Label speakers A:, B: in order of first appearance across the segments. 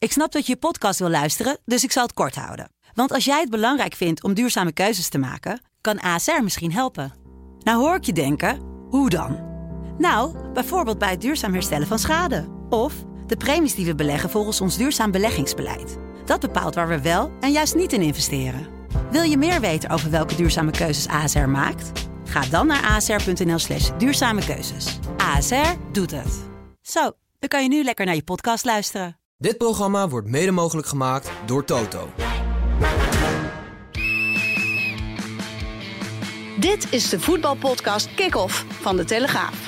A: Ik snap dat je podcast wil luisteren, dus ik zal het kort houden. Want als jij het belangrijk vindt om duurzame keuzes te maken, kan ASR misschien helpen. Nou hoor ik je denken, hoe dan? Nou, bijvoorbeeld bij het duurzaam herstellen van schade. Of de premies die we beleggen volgens ons duurzaam beleggingsbeleid. Dat bepaalt waar we wel en juist niet in investeren. Wil je meer weten over welke duurzame keuzes ASR maakt? Ga dan naar asr.nl/duurzame keuzes. ASR doet het. Zo, dan kan je nu lekker naar je podcast luisteren.
B: Dit programma wordt mede mogelijk gemaakt door Toto.
C: Dit is de voetbalpodcast Kick-Off van De Telegraaf.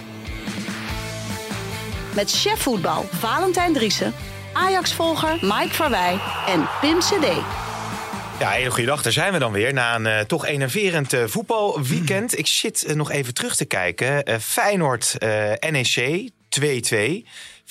C: Met chef voetbal Valentijn Driessen, Ajax-volger Mike Verwij en Pim CD.
D: Ja, hele goede dag. Daar zijn we dan weer na een toch enerverend voetbalweekend. Ik zit nog even terug te kijken. Feyenoord, NEC, 2-2.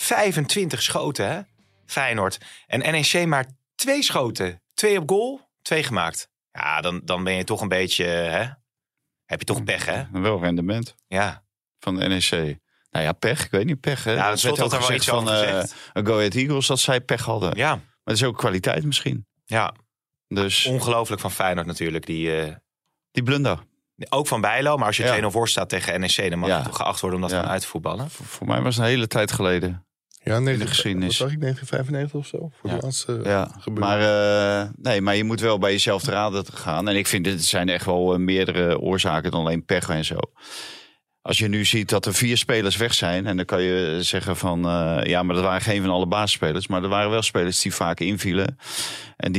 D: 25 schoten, hè? Feyenoord. En NEC maar 2 schoten. 2 op goal, 2 gemaakt. Ja, dan ben je toch een beetje... Hè? Heb je toch pech, hè?
E: Wel rendement.
D: Ja.
E: Van de NEC. Nou ja, pech. Ik weet niet, pech. Hè?
D: Ja, dat werd ook er wel iets van
E: Go Ahead Eagles dat zij pech hadden.
D: Ja.
E: Maar dat is ook kwaliteit misschien.
D: Ja.
E: Dus...
D: Ongelooflijk van Feyenoord natuurlijk.
E: Die blunder.
D: Ook van Bijlo. Maar als je 2-0 voor staat tegen NEC... dan mag je toch geacht worden om dat uit te voetballen.
E: Voor mij was het een hele tijd geleden.
F: Ja,
E: in de geschiedenis.
F: Wat zag ik, 1995 of zo? Voor de laatste
E: gebeurde. Maar je moet wel bij jezelf te raden gaan. En ik vind, het zijn echt wel meerdere oorzaken dan alleen pech en zo. Als je nu ziet dat er 4 spelers weg zijn... en dan kan je zeggen van... maar dat waren geen van alle basisspelers... maar er waren wel spelers die vaak invielen... en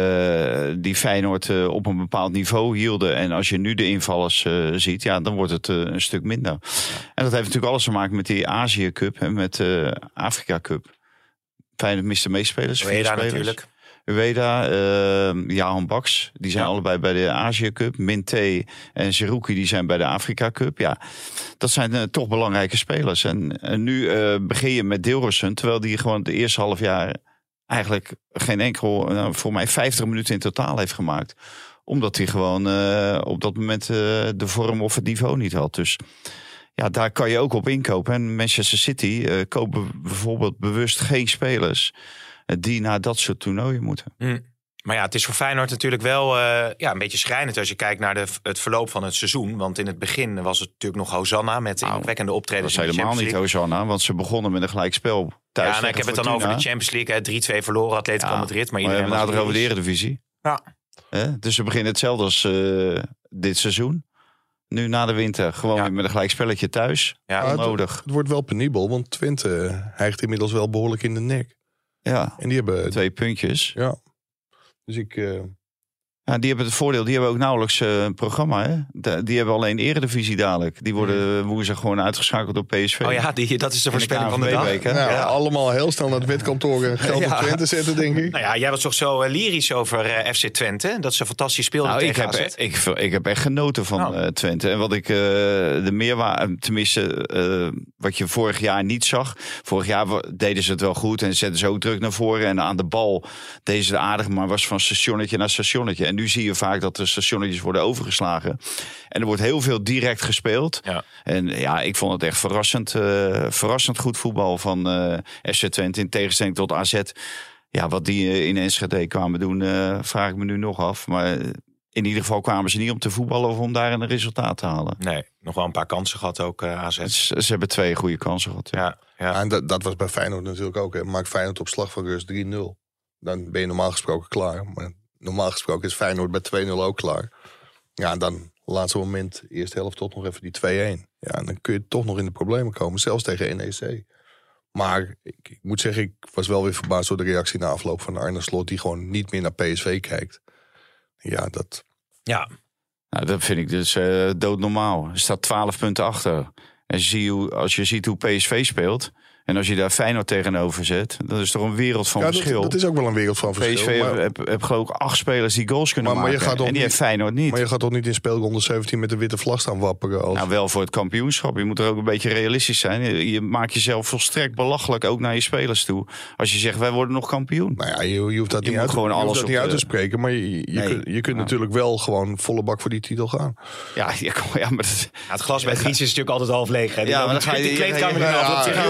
E: die Feyenoord op een bepaald niveau hielden. En als je nu de invallers ziet... ja, dan wordt het een stuk minder. Ja. En dat heeft natuurlijk alles te maken met die Azië Cup... en met de Afrika Cup. Feyenoord miste meespelers.
D: Ueda natuurlijk.
E: Ueda, Jahan Baks, die zijn allebei bij de Azië Cup. Minté en Zerouki, die zijn bij de Afrika Cup. Ja, dat zijn toch belangrijke spelers. En nu begin je met Dilrosun, terwijl die gewoon het eerste half jaar eigenlijk geen enkel, voor mij 50 minuten in totaal heeft gemaakt. Omdat hij gewoon op dat moment de vorm of het niveau niet had. Dus ja, daar kan je ook op inkopen. En Manchester City kopen bijvoorbeeld bewust geen spelers die naar dat soort toernooien moeten.
D: Maar ja, het is voor Feyenoord natuurlijk wel een beetje schrijnend als je kijkt naar het verloop van het seizoen. Want in het begin was het natuurlijk nog Hosanna met indrukwekkende optredens.
E: Dat was helemaal niet Hosanna, want ze begonnen met een gelijkspel thuis.
D: Ja, ik heb het dan over de Champions League. 3-2 verloren, Atletico Madrid. Maar we hebben
E: het over de Eredivisie.
D: Ja.
E: Dus ze beginnen hetzelfde als dit seizoen. Nu na de winter gewoon met een gelijkspelletje thuis.
F: Ja, onnodig. Het wordt wel penibel, want Twente hijgt inmiddels wel behoorlijk in de nek.
E: Ja,
F: en die hebben
E: 2 puntjes.
F: Ja, dus
E: ja, die hebben het voordeel, die hebben ook nauwelijks een programma. Hè? Die hebben alleen Eredivisie dadelijk. Die worden woensdag gewoon uitgeschakeld door PSV.
D: Oh ja, dat is de voorspelling van de dag.
F: Week, allemaal heel snel naar het wetkantoor en geld op Twente zetten, denk ik.
D: Nou ja, jij was toch zo lyrisch over FC Twente. Dat ze fantastisch speelden tegen AZ.
E: Ik heb echt genoten van Twente. En wat ik de meerwaarde, tenminste wat je vorig jaar niet zag. Vorig jaar deden ze het wel goed en zetten ze ook druk naar voren. En aan de bal deden ze het aardig, maar was van stationnetje naar stationnetje. En nu zie je vaak dat de stationnetjes worden overgeslagen. En er wordt heel veel direct gespeeld. Ja. En ja, ik vond het echt verrassend goed voetbal van FC Twente. In tegenstelling tot AZ. Ja, wat die in Enschede kwamen doen, vraag ik me nu nog af. Maar in ieder geval kwamen ze niet om te voetballen of om daar een resultaat te halen.
D: Nee, nog wel een paar kansen gehad ook AZ.
E: Ze hebben 2 goede kansen gehad.
D: Ja.
F: En dat was bij Feyenoord natuurlijk ook. Hè. Maakt Feyenoord op slag van rust 3-0. Dan ben je normaal gesproken klaar. Maar normaal gesproken is Feyenoord bij 2-0 ook klaar. Ja, en dan laatste moment, eerste helft tot nog even die 2-1. Ja, en dan kun je toch nog in de problemen komen, zelfs tegen NEC. Maar ik moet zeggen, ik was wel weer verbaasd door de reactie na afloop van Arne Slot, die gewoon niet meer naar PSV kijkt. Ja, dat...
E: Ja. Nou, dat vind ik dus doodnormaal. Er staat 12 punten achter. En als je ziet hoe PSV speelt... En als je daar Feyenoord tegenover zet, dat is toch een wereld van verschil.
F: Dat is ook wel een wereld van verschil.
E: PSV heb geloof ik 8 spelers die goals kunnen maken. En die heeft Feyenoord niet.
F: Maar je gaat toch niet in speelronde 17 met de witte vlag staan wapperen?
E: Nou, wel voor het kampioenschap. Je moet er ook een beetje realistisch zijn. Je maakt jezelf volstrekt belachelijk, ook naar je spelers toe. Als je zegt, wij worden nog kampioen.
F: Nou ja, je hoeft dat niet uit te spreken. Maar je kunt natuurlijk wel gewoon volle bak voor die titel gaan.
E: Ja, maar
D: het glas bij Dries is natuurlijk altijd half leeg. Hè?
E: Ja, maar dan ga je
D: de kleedkamer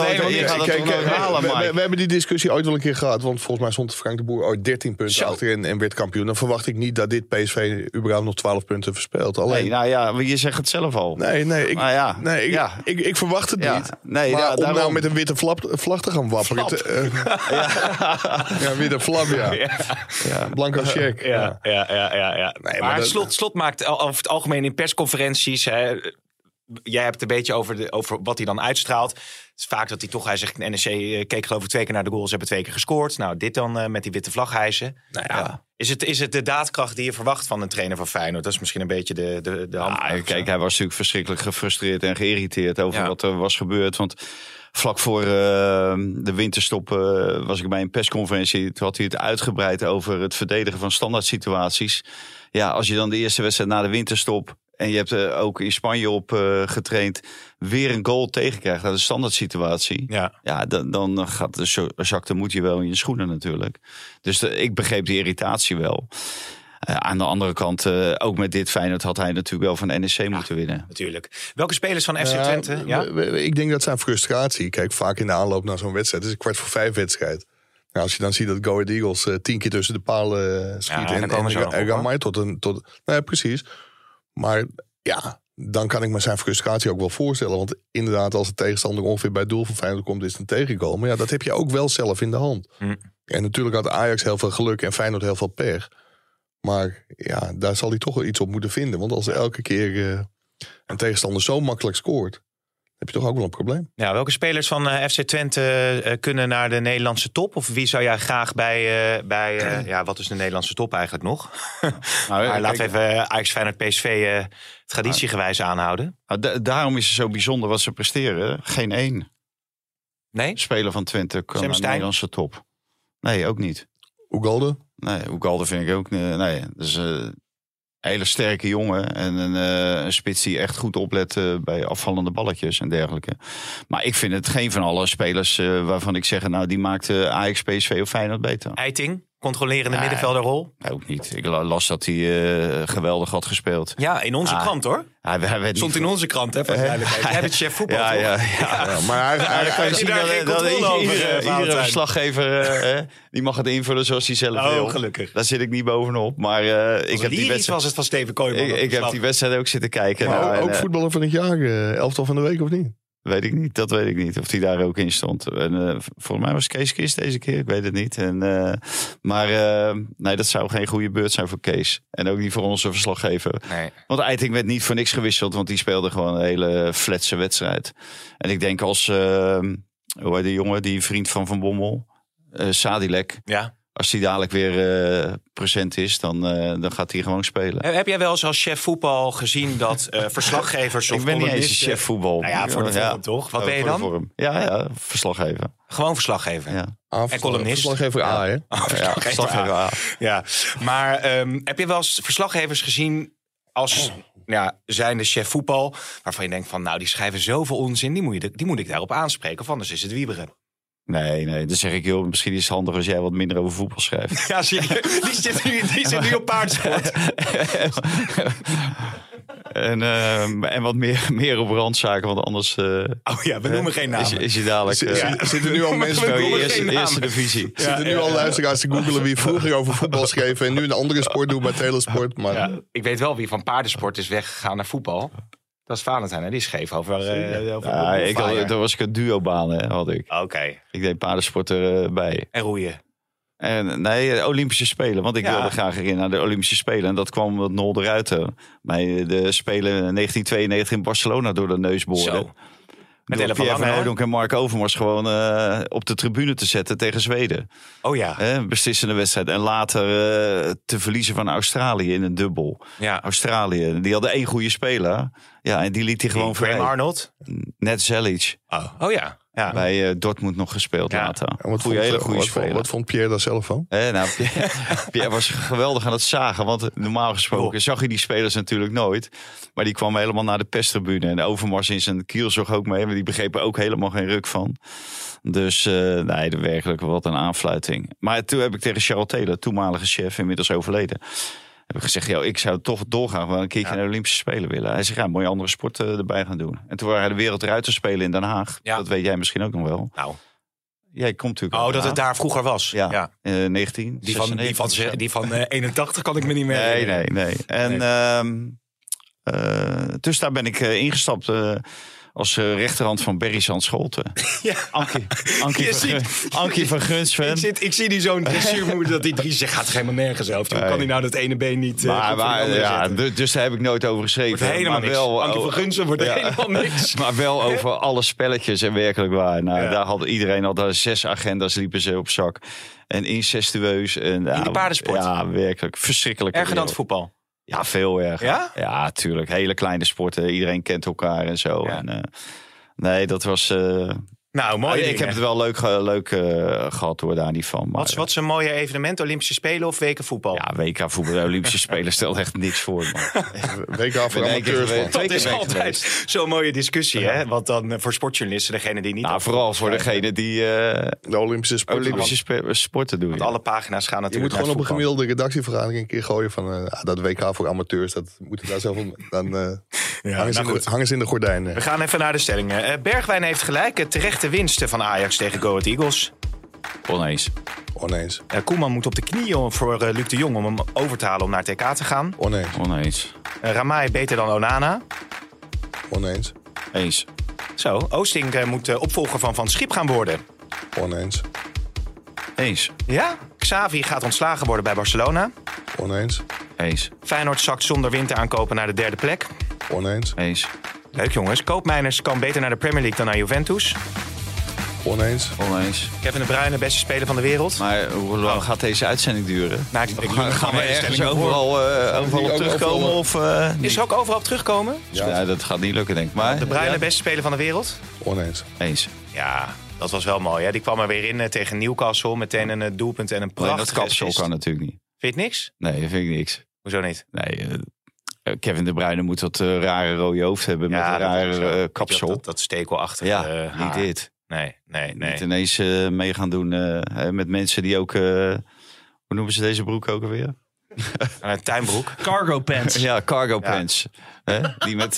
F: We hebben die discussie ooit wel een keer gehad. Want volgens mij stond Frank de Boer ooit 13 punten achter en werd kampioen. Dan verwacht ik niet dat dit PSV überhaupt nog 12 punten verspeelt. Alleen...
E: Nee, nou ja, je zegt het zelf al.
F: Ik verwacht het niet.
E: Nee,
F: maar om nou met een witte vlag te gaan wapperen. Witte vlag, Blanco check.
D: Ja. Nee, maar Slot maakt over het algemeen in persconferenties... Jij hebt het een beetje over wat hij dan uitstraalt. Het is vaak dat hij zegt... NEC keek geloof ik 2 keer naar de goals, hebben 2 keer gescoord. Nou, dit dan met die witte vlag hijsen. Is het de daadkracht die je verwacht van een trainer van Feyenoord? Dat is misschien een beetje de hand.
E: Kijk, hij was natuurlijk verschrikkelijk gefrustreerd en geïrriteerd over wat er was gebeurd. Want vlak voor de winterstop was ik bij een persconferentie. Toen had hij het uitgebreid over het verdedigen van standaard situaties. Ja, als je dan de eerste wedstrijd na de winterstop... en je hebt ook in Spanje op getraind... weer een goal tegenkrijgt uit een standaard situatie. Ja, dan gaat zakt de moed je wel in je schoenen natuurlijk. Dus ik begreep die irritatie wel. Aan de andere kant, ook met dit Feyenoord... had hij natuurlijk wel van NEC moeten winnen.
D: Natuurlijk. Welke spelers van FC Twente?
F: Ik denk dat zijn frustratie... Kijk, vaak in de aanloop naar zo'n wedstrijd... het is 4:45 wedstrijd. Nou, als je dan ziet dat Go Ahead Eagles 10 keer tussen de palen schieten... en Ramai tot... Nou, precies. Maar dan kan ik me zijn frustratie ook wel voorstellen. Want inderdaad, als de tegenstander ongeveer bij het doel van Feyenoord komt... is het een tegengoal. Maar dat heb je ook wel zelf in de hand. En natuurlijk had Ajax heel veel geluk en Feyenoord heel veel pech. Maar daar zal hij toch wel iets op moeten vinden. Want als er elke keer een tegenstander zo makkelijk scoort... heb je toch ook wel een probleem.
D: Ja, welke spelers van FC Twente kunnen naar de Nederlandse top? Of wie zou jij graag bij wat is de Nederlandse top eigenlijk nog? Maar laten we even Ajax, Feyenoord, PSV traditiegewijs aanhouden.
E: Daarom is het zo bijzonder wat ze presteren. Geen één speler van Twente kan naar de Nederlandse top. Nee, ook niet.
F: Ugalde?
E: Nee, Ugalde vind ik ook... Nee, dus... hele sterke jongen en een spits die echt goed oplet bij afvallende balletjes en dergelijke. Maar ik vind het geen van alle spelers waarvan ik zeg... nou, die maakt Ajax, PSV of Feyenoord beter.
D: Eiting, controlerende middenvelderrol?
E: Ook niet. Ik las dat hij geweldig had gespeeld.
D: Ja, in onze krant hoor. Stond in onze krant, hè, voor de duidelijkheid. Jij bent chef voetbal, toch?
E: Maar hij kan zien dat iedere verslaggever die mag het invullen zoals hij zelf wil.
D: Gelukkig.
E: Daar zit ik niet bovenop. Maar ik heb die wedstrijd...
D: was het van Steven Kooijman.
E: Ik heb die wedstrijd ook zitten kijken.
F: Maar ook voetballer van het jaar, elftal van de week of niet?
E: Weet ik niet, dat weet ik niet. Of die daar ook in stond. En, volgens mij was Kees Kist deze keer, ik weet het niet. Maar dat zou geen goede beurt zijn voor Kees. En ook niet voor onze verslaggever.
D: Nee.
E: Want Eiting werd niet voor niks gewisseld, want die speelde gewoon een hele fletse wedstrijd. En ik denk als, hoe heet die jongen, die vriend van Van Bommel, Sadilek.
D: Ja.
E: Als hij dadelijk weer present is, dan gaat hij gewoon spelen.
D: Heb jij wel eens als chef voetbal gezien dat verslaggevers...
E: Ik ben niet eens chef voetbal.
D: Nou ja, voor de vorm toch? Wat ben je dan?
E: Ja, verslaggever.
D: Gewoon verslaggever?
E: Ja.
D: En columnist?
F: Verslaggever A, hè?
E: Verslaggever A.
D: Ja, maar heb je wel eens verslaggevers gezien als... zijnde chef voetbal, waarvan je denkt van... nou, die schrijven zoveel onzin, die moet ik daarop aanspreken... of anders is het wieberen.
E: Nee, dan zeg ik, joh, misschien is het handig als jij wat minder over voetbal schrijft.
D: Ja, zie je, die zit nu op paardsport.
E: En wat meer op randzaken, want anders...
D: we noemen geen namen.
E: Is je dadelijk...
F: Zitten nu al mensen bij
E: eerste divisie.
F: Zitten nu al luisteraars te googelen wie vroeger over voetbal schreef... en nu een andere sport doet bij Telesport. Maar...
D: Ja, ik weet wel wie van paardensport is weggegaan naar voetbal. Dat is Valentijn, hè? Die schreef over...
E: Daar was ik een duobaan, had ik.
D: Oké.
E: Ik deed paardensport erbij.
D: En roeien?
E: En de Olympische Spelen. Want ik wilde graag erin naar de Olympische Spelen. En dat kwam wat Nol eruit. Bij de Spelen 1992 in Barcelona door de neus boren. Met Pierre van Hooydonk en Mark Overmars gewoon op de tribune te zetten tegen Zweden.
D: Oh ja.
E: Beslissende wedstrijd. En later te verliezen van Australië in een dubbel.
D: Ja.
E: Australië. Die hadden 1 goede speler. Ja, en die liet hij gewoon vrij.
D: Graham Arnold?
E: Net Zelic.
D: Oh ja. Ja.
E: Bij Dortmund nog gespeeld later.
F: Hele goede speler. Wat vond Pierre daar zelf van?
E: Pierre was geweldig aan het zagen. Want normaal gesproken zag je die spelers natuurlijk nooit. Maar die kwam helemaal naar de perstribune. En Overmars in zijn kielzog ook mee. Maar die begrepen ook helemaal geen ruk van. Dus werkelijk wat een aanfluiting. Maar toen heb ik tegen Charles Taylor, toenmalige chef, inmiddels overleden... Heb ik gezegd, ik zou toch doorgaan, wel een keertje naar de Olympische Spelen willen. Hij zegt, moet je andere sporten erbij gaan doen. En toen waren hij de Wereldruiterspelen in Den Haag. Ja. Dat weet jij misschien ook nog wel.
D: Nou.
E: Jij komt natuurlijk.
D: Oh, dat het daar vroeger was.
E: Ja. 19.
D: Die van 81 kan ik me niet meer herinneren.
E: Nee. En dus daar ben ik ingestapt als rechterhand van Berry Zand Scholten. Ja. Ankie van Gunsven.
D: Ik zie die zo'n dressuurmoeder dat die Dries zegt, gaat helemaal nergens over. Hoe kan hij nou dat ene been niet
E: dus daar heb ik nooit over geschreven.
D: Wordt helemaal niks. Ankie van Gunsven wordt helemaal niks.
E: Maar wel over alle spelletjes en werkelijk waar. Nou, daar had iedereen al 6 agenda's liepen ze op zak. En incestueus. En,
D: in de paardensport?
E: Ja, werkelijk. Verschrikkelijk.
D: Erger dan het voetbal?
E: Ja, veel erger.
D: Ja?
E: Ja, tuurlijk. Hele kleine sporten. Iedereen kent elkaar en zo. Ja. En, nee, dat was...
D: Nou, mooi.
E: Ik heb het wel leuk gehad hoor, daar niet van. Maar,
D: wat is een mooie evenement? Olympische Spelen of WK voetbal?
E: Ja, WK voetbal. De Olympische Spelen stelt echt niks voor.
F: WK voor amateurs.
D: Dat is altijd zo'n mooie discussie. Hè? Want dan voor sportjournalisten, degene die niet...
E: Nou, vooral voor degene die
F: de Olympische
E: sporten doen.
D: Want alle pagina's gaan natuurlijk.
F: Je moet gewoon op een gemiddelde redactievergadering een keer gooien van dat WK voor amateurs. Dat moeten daar zoveel... Dan hangen ze in de gordijnen.
D: We gaan even naar de stellingen. Bergwijn heeft gelijk. Terechte winsten van Ajax tegen Go Ahead Eagles.
E: Oneens.
D: Koeman moet op de knieën voor Luc de Jong om hem over te halen om naar het TK te gaan.
E: Oneens.
D: Ramai beter dan Onana.
F: Oneens.
E: Eens.
D: Zo, Oosting moet opvolger van Schip gaan worden.
F: Oneens.
E: Eens.
D: Ja? Xavi gaat ontslagen worden bij Barcelona.
F: Oneens.
E: Eens.
D: Feyenoord zakt zonder winteraankopen naar de 3e plek.
F: Oneens.
E: Eens.
D: Leuk jongens. Koopmeiners kan beter naar de Premier League dan naar Juventus.
F: Oneens.
D: Kevin De Bruyne, beste speler van de wereld.
E: Maar hoe lang gaat deze uitzending duren?
D: Nou,
E: gaan we ergens overal op terugkomen?
D: Is er ook overal op terugkomen?
E: Ja, dat gaat niet lukken denk ik. Maar,
D: De Bruyne, beste speler van de wereld?
F: Oneens.
E: Eens.
D: Ja, dat was wel mooi. Hè? Die kwam er weer in tegen Newcastle. Meteen een doelpunt en een prachtige
E: dat kapsel kan natuurlijk niet.
D: Vind je het niks?
E: Nee, dat vind ik niks.
D: Hoezo niet?
E: Nee, Kevin De Bruyne moet dat rare rode hoofd hebben met een rare kapsel.
D: Dat stekelachtige.
E: Ja, niet dit.
D: Nee.
E: Niet ineens mee gaan doen met mensen die ook... hoe noemen ze deze broek ook alweer?
D: Een tuinbroek.
G: Cargo pants.
E: Ja, cargo pants. Die met...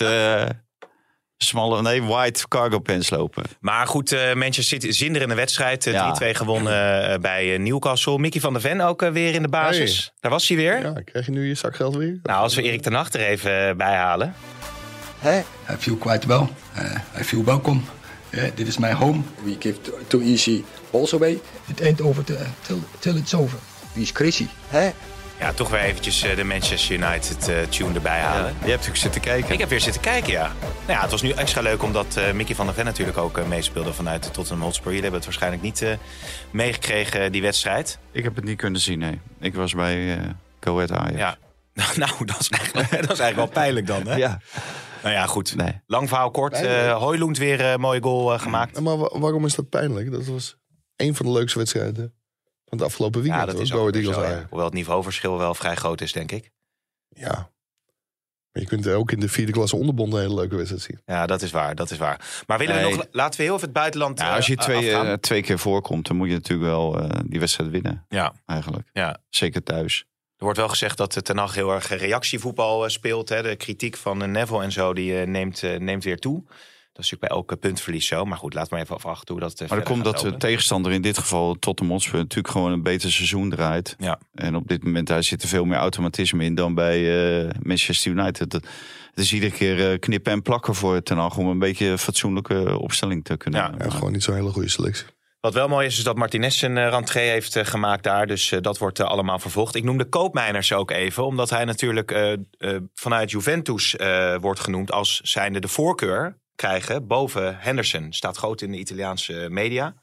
E: white cargo pants lopen.
D: Maar goed, Manchester City zinderende wedstrijd. 3-2 gewonnen bij Newcastle. Mickey van der Ven ook weer in de basis. Hey. Daar was hij weer.
F: Ja, krijg je nu je zakgeld weer?
D: Nou, als we Erik ten Hag er even bij halen.
H: Hey, I feel quite well. I feel welcome. Dit is my home. We give too easy balls away. It ain't over till it's over. Wie is crazy?
D: Ja, toch weer eventjes de Manchester United tune erbij halen.
E: Je hebt natuurlijk zitten kijken.
D: Ik heb weer zitten kijken, ja. Nou ja, het was nu extra leuk omdat Mickey van der Ven natuurlijk ook meespeelde vanuit Tottenham Hotspur. Jullie hebben het waarschijnlijk niet meegekregen, die wedstrijd.
E: Ik heb het niet kunnen zien, nee. Ik was bij Go Ahead Ajax.
D: Ja. Nou, dat is eigenlijk wel pijnlijk dan, hè?
E: Ja.
D: Nou ja, goed.
E: Nee.
D: Lang verhaal kort. Højlund weer een mooie goal gemaakt.
F: Maar waarom is dat pijnlijk? Dat was een van de leukste wedstrijden van het afgelopen weekend.
D: Ja, dat is ook zo, ja. Hoewel het niveauverschil wel vrij groot is, denk ik.
F: Ja. Maar je kunt ook in de 4e klasse onderbond een hele leuke wedstrijd zien.
D: Ja, dat is waar. Maar willen we nog... Laten we heel even het buitenland
E: als je twee keer voorkomt, dan moet je natuurlijk wel die wedstrijd winnen.
D: Ja.
E: Eigenlijk.
D: Ja.
E: Zeker thuis.
D: Er wordt wel gezegd dat Ten Hag heel erg reactievoetbal speelt. Hè. De kritiek van Neville en zo, die neemt weer toe. Dat is natuurlijk bij elk puntverlies zo. Maar goed, laten we maar even afwachten hoe dat
E: maar dan komt dat de tegenstander in dit geval Tottenham Hotspur natuurlijk gewoon een beter seizoen draait.
D: Ja.
E: En op dit moment daar zit er veel meer automatisme in dan bij Manchester United. Het is iedere keer knippen en plakken voor Ten Hag om een beetje een fatsoenlijke opstelling te kunnen.
F: Ja, gewoon niet zo'n hele goede selectie.
D: Wat wel mooi is dat Martinez een rentree heeft gemaakt daar. Dus dat wordt allemaal vervolgd. Ik noemde Koopmeiners ook even. Omdat hij natuurlijk vanuit Juventus wordt genoemd als zijnde de voorkeur krijgen boven Henderson. Staat groot in de Italiaanse media.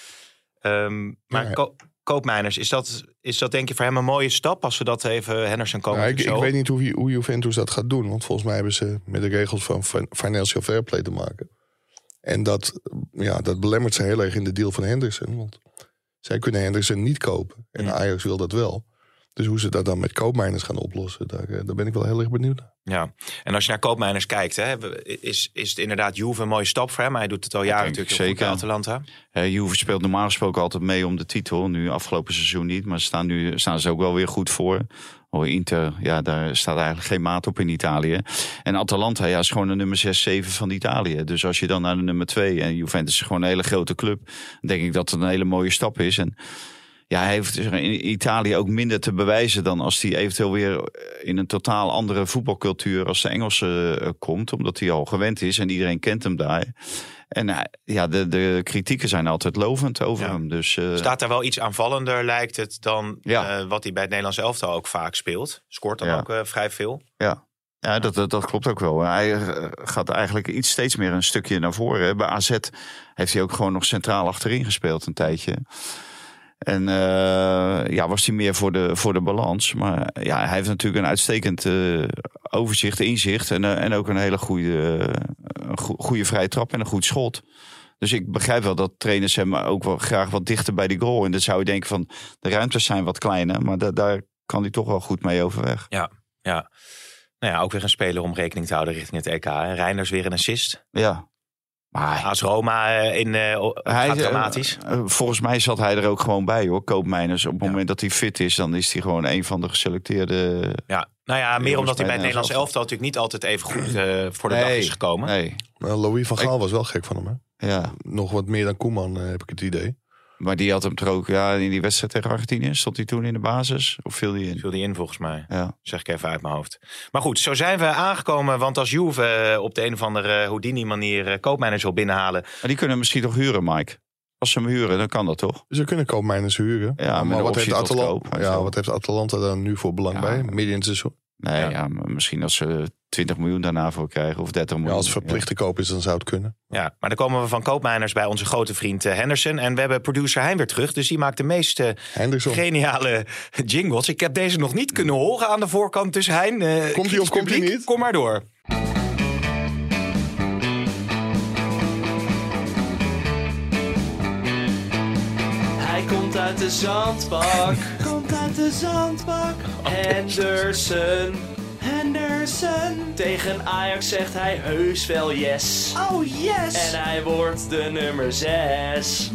D: Maar Koopmeiners, is dat denk je voor hem een mooie stap? Als we dat even Henderson komen
F: ik weet niet hoe Juventus dat gaat doen. Want volgens mij hebben ze met de regels van financial fair play te maken. En dat belemmert ze heel erg in de deal van Henderson. Want zij kunnen Henderson niet kopen. En Ajax wil dat wel. Dus hoe ze dat dan met Koopmeiners gaan oplossen, daar ben ik wel heel erg benieuwd naar.
D: Ja, en als je naar Koopmeiners kijkt, hè, is het inderdaad Juve een mooie stap voor hem? Hij doet het al jaren natuurlijk heel goed bij Atalanta.
E: Juve speelt normaal gesproken altijd mee om de titel. Nu afgelopen seizoen niet, maar staan ze ook wel weer goed voor. Inter, ja, daar staat eigenlijk geen maat op in Italië. En Atalanta, ja, is gewoon de nummer 6, 7 van Italië. Dus als je dan naar de nummer 2... en Juventus is gewoon een hele grote club... dan denk ik dat het een hele mooie stap is. En ja, hij heeft in Italië ook minder te bewijzen... dan als hij eventueel weer in een totaal andere voetbalcultuur... als de Engelse komt, omdat hij al gewend is... en iedereen kent hem daar... En ja, de kritieken zijn altijd lovend over hem. Dus,
D: staat daar wel iets aanvallender, lijkt het, dan wat hij bij het Nederlands elftal ook vaak speelt. Scoort dan ook vrij veel.
E: Ja, dat klopt ook wel. Hij gaat eigenlijk steeds meer een stukje naar voren. Bij AZ heeft hij ook gewoon nog centraal achterin gespeeld een tijdje. En was hij meer voor de balans. Maar ja, hij heeft natuurlijk een uitstekend overzicht, inzicht. En ook een hele goede vrije trap en een goed schot. Dus ik begrijp wel dat trainers hem ook wel graag wat dichter bij die goal. En dan zou je denken van, de ruimtes zijn wat kleiner. Maar daar kan hij toch wel goed mee overweg.
D: Ja. Nou ja, ook weer een speler om rekening te houden richting het EK. Reinders weer een assist.
E: Ja.
D: Maar AS Roma gaat dramatisch.
E: Volgens mij zat hij er ook gewoon bij, hoor. Koopmeiners. Op het moment dat hij fit is, dan is hij gewoon een van de geselecteerde...
D: Ja, nou ja, meer omdat hij bij het Nederlands elftal natuurlijk niet altijd even goed voor de dag is gekomen.
F: Nee. Nou, Louis van Gaal was wel gek van hem, hè?
E: Ja.
F: Nog wat meer dan Koeman, heb ik het idee.
E: Maar die had hem er ook, in die wedstrijd tegen Argentinië. Stond hij toen in de basis? Of viel hij in?
D: Viel hij in, volgens mij.
E: Ja.
D: Zeg ik even uit mijn hoofd. Maar goed, zo zijn we aangekomen. Want als Juve op de een of andere Houdini-manier Koopmeiners wil binnenhalen...
E: Maar die kunnen misschien toch huren, Mike? Als ze hem huren, dan kan dat toch?
F: Ze kunnen Koopmeiners huren.
E: Ja, maar wat
F: heeft Atalanta dan nu voor belang bij? Midden in het seizoen?
E: Nee, maar misschien als ze 20 miljoen daarna voor krijgen of 30 miljoen.
F: Ja, als het verplicht te koop is, dan zou het kunnen.
D: Ja, maar dan komen we van Koopmeiners bij onze grote vriend Henderson. En we hebben producer Hein weer terug. Dus die maakt de meest geniale jingles. Ik heb deze nog niet kunnen horen aan de voorkant. Dus Hein,
F: komt hij of komt hij niet?
D: Kom maar door.
G: Hij komt uit de zandbak. Henderson. Tegen Ajax zegt hij heus wel yes.
I: Oh yes.
G: En hij wordt de nummer 6.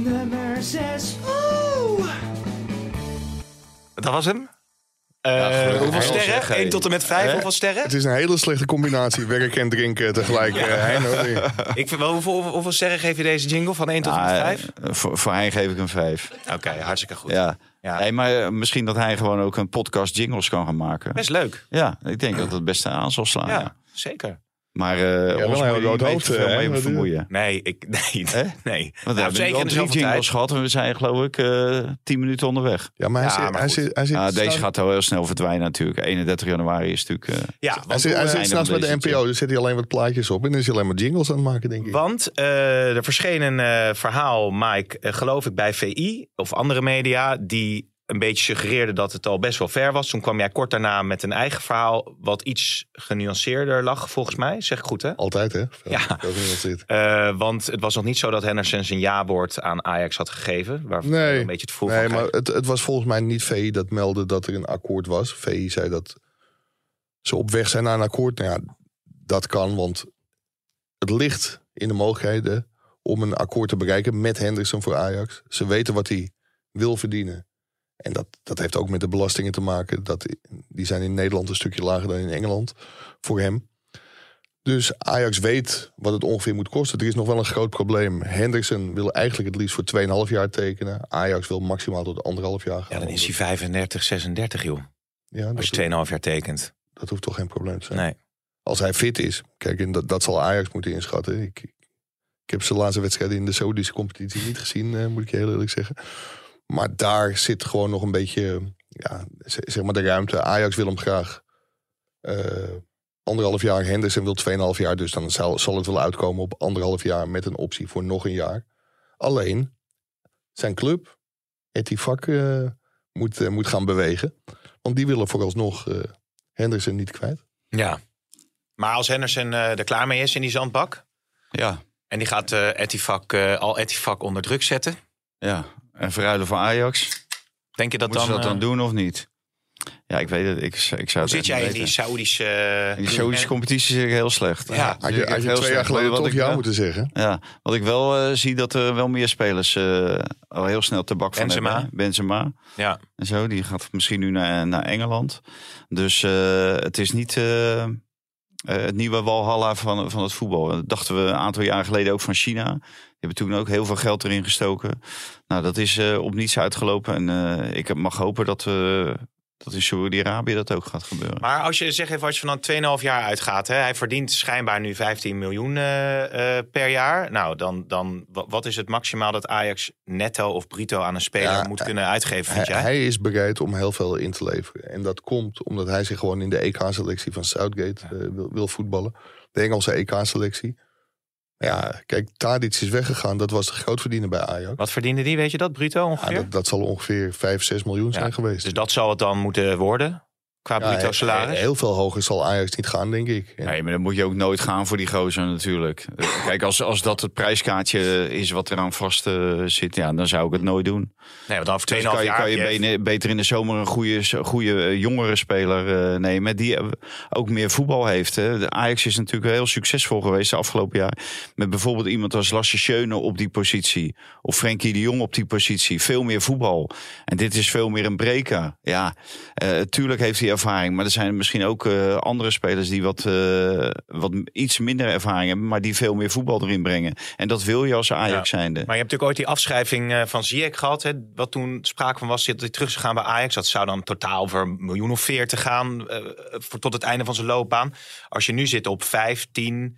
I: Oeh.
D: Dat was hem. Hoeveel sterren? 1 tot en met 5, hoeveel sterren?
F: Het is een hele slechte combinatie, werken en drinken tegelijk.
D: Hoeveel sterren geef je deze jingle van 1 tot en met 5?
E: Voor hij geef ik een 5.
D: Oké, hartstikke goed.
E: Ja. Hey, maar misschien dat hij gewoon ook een podcast jingles kan gaan maken.
D: Best leuk.
E: Ja, ik denk dat het best aan zal slaan.
D: Ja, zeker.
E: Maar ons moet je niet beetje veel mee vermoeien.
D: Nee.
E: Want we hebben al 3 jingles gehad en we zijn geloof ik 10 minuten onderweg.
F: Ja, maar hij zit
E: deze gaat al heel snel verdwijnen natuurlijk. 31 januari is natuurlijk...
F: hij zit s'nachts met de NPO, dus zet hij alleen wat plaatjes op. En dan is hij alleen maar jingles aan het maken, denk ik.
D: Want er verscheen een verhaal, Mike, geloof ik bij VI of andere media, die een beetje suggereerde dat het al best wel ver was. Toen kwam jij kort daarna met een eigen verhaal wat iets genuanceerder lag, volgens mij. Zeg ik goed, hè?
F: Altijd, hè?
D: Want het was nog niet zo dat Henderson zijn ja-woord aan Ajax had gegeven. Waar een beetje het voel
F: maar het was volgens mij niet VI dat meldde dat er een akkoord was. VI zei dat ze op weg zijn naar een akkoord. Nou ja, dat kan, want het ligt in de mogelijkheden om een akkoord te bereiken met Henderson voor Ajax. Ze weten wat hij wil verdienen. En dat heeft ook met de belastingen te maken. Die zijn in Nederland een stukje lager dan in Engeland voor hem. Dus Ajax weet wat het ongeveer moet kosten. Er is nog wel een groot probleem. Henderson wil eigenlijk het liefst voor 2,5 jaar tekenen. Ajax wil maximaal tot 1,5 jaar gaan.
D: Ja, dan is hij 35, 36, joh.
F: Ja,
D: als je 2,5 jaar tekent.
F: Dat hoeft toch geen probleem te zijn.
D: Nee.
F: Als hij fit is. Kijk, en dat zal Ajax moeten inschatten. Ik heb zijn laatste wedstrijden in de Saoedische competitie niet gezien, moet ik je heel eerlijk zeggen. Maar daar zit gewoon nog een beetje, zeg maar de ruimte. Ajax wil hem graag 1,5 jaar. Henderson wil 2,5 jaar. Dus dan zal het wel uitkomen op 1,5 jaar met een optie voor nog een jaar. Alleen, zijn club, Etifak, moet gaan bewegen. Want die willen vooralsnog Henderson niet kwijt.
D: Ja, maar als Henderson er klaar mee is in die zandbak.
E: Ja.
D: En die gaat Etifak onder druk zetten.
E: Ja. En verruilen voor Ajax.
D: Denk je dat
E: Moeten ze dat dan doen of niet? Ja, ik weet het. Ik zou
D: Hoe
E: het
D: zit
E: echt
D: jij
E: niet
D: in die
E: weten.
D: Saoedische...
E: In die Saoedische competitie zit ik heel slecht.
D: Ja.
F: Had je 2 jaar geleden toch ja moeten zeggen?
E: Ja, wat ik wel zie dat er wel meer spelers al heel snel te bak van
D: Benzema.
E: hebben. Benzema.
D: Ja.
E: En zo, die gaat misschien nu naar Engeland. Dus het is niet het nieuwe Walhalla van het voetbal. Dat dachten we een aantal jaar geleden ook van China. Die hebben toen ook heel veel geld erin gestoken. Nou, dat is op niets uitgelopen. En ik mag hopen dat in Saoedi-Arabië dat ook gaat gebeuren.
D: Maar als je zegt even als je van dan 2,5 jaar uitgaat. Hè, hij verdient schijnbaar nu 15 miljoen per jaar. Nou, dan wat is het maximaal dat Ajax netto of bruto aan een speler moet kunnen uitgeven, vind jij?
F: Hij is bereid om heel veel in te leveren. En dat komt omdat hij zich gewoon in de EK-selectie van Southgate wil voetballen. De Engelse EK-selectie. Ja, kijk, Tadic is weggegaan. Dat was de grootverdiener bij Ajax.
D: Wat verdiende die, weet je dat, bruto ongeveer?
F: Ja, dat zal ongeveer 5-6 miljoen zijn geweest.
D: Dus dat zal het dan moeten worden, qua bruto salaris?
F: Heel veel hoger zal Ajax niet gaan, denk ik.
E: Nee, maar dan moet je ook nooit gaan voor die gozer natuurlijk. Kijk, als dat het prijskaartje is wat eraan vast zit, ja, dan zou ik het nooit doen.
D: Nee, want dan voor 2,5
E: Dus
D: jaar...
E: kan je beter in de zomer een goede jongere speler nemen die ook meer voetbal heeft. Hè. De Ajax is natuurlijk heel succesvol geweest de afgelopen jaar. Met bijvoorbeeld iemand als Lasse Schöne op die positie. Of Frenkie de Jong op die positie. Veel meer voetbal. En dit is veel meer een breker. Ja, tuurlijk heeft hij ervaring. Maar er zijn misschien ook andere spelers die wat iets minder ervaring hebben. Maar die veel meer voetbal erin brengen. En dat wil je als Ajax zijnde.
D: Maar je hebt natuurlijk ooit die afschrijving van Ziyech gehad. Hè, wat toen sprake van was dat hij terug zou gaan bij Ajax. Dat zou dan totaal voor 1,40 miljoen gaan tot het einde van zijn loopbaan. Als je nu zit op 15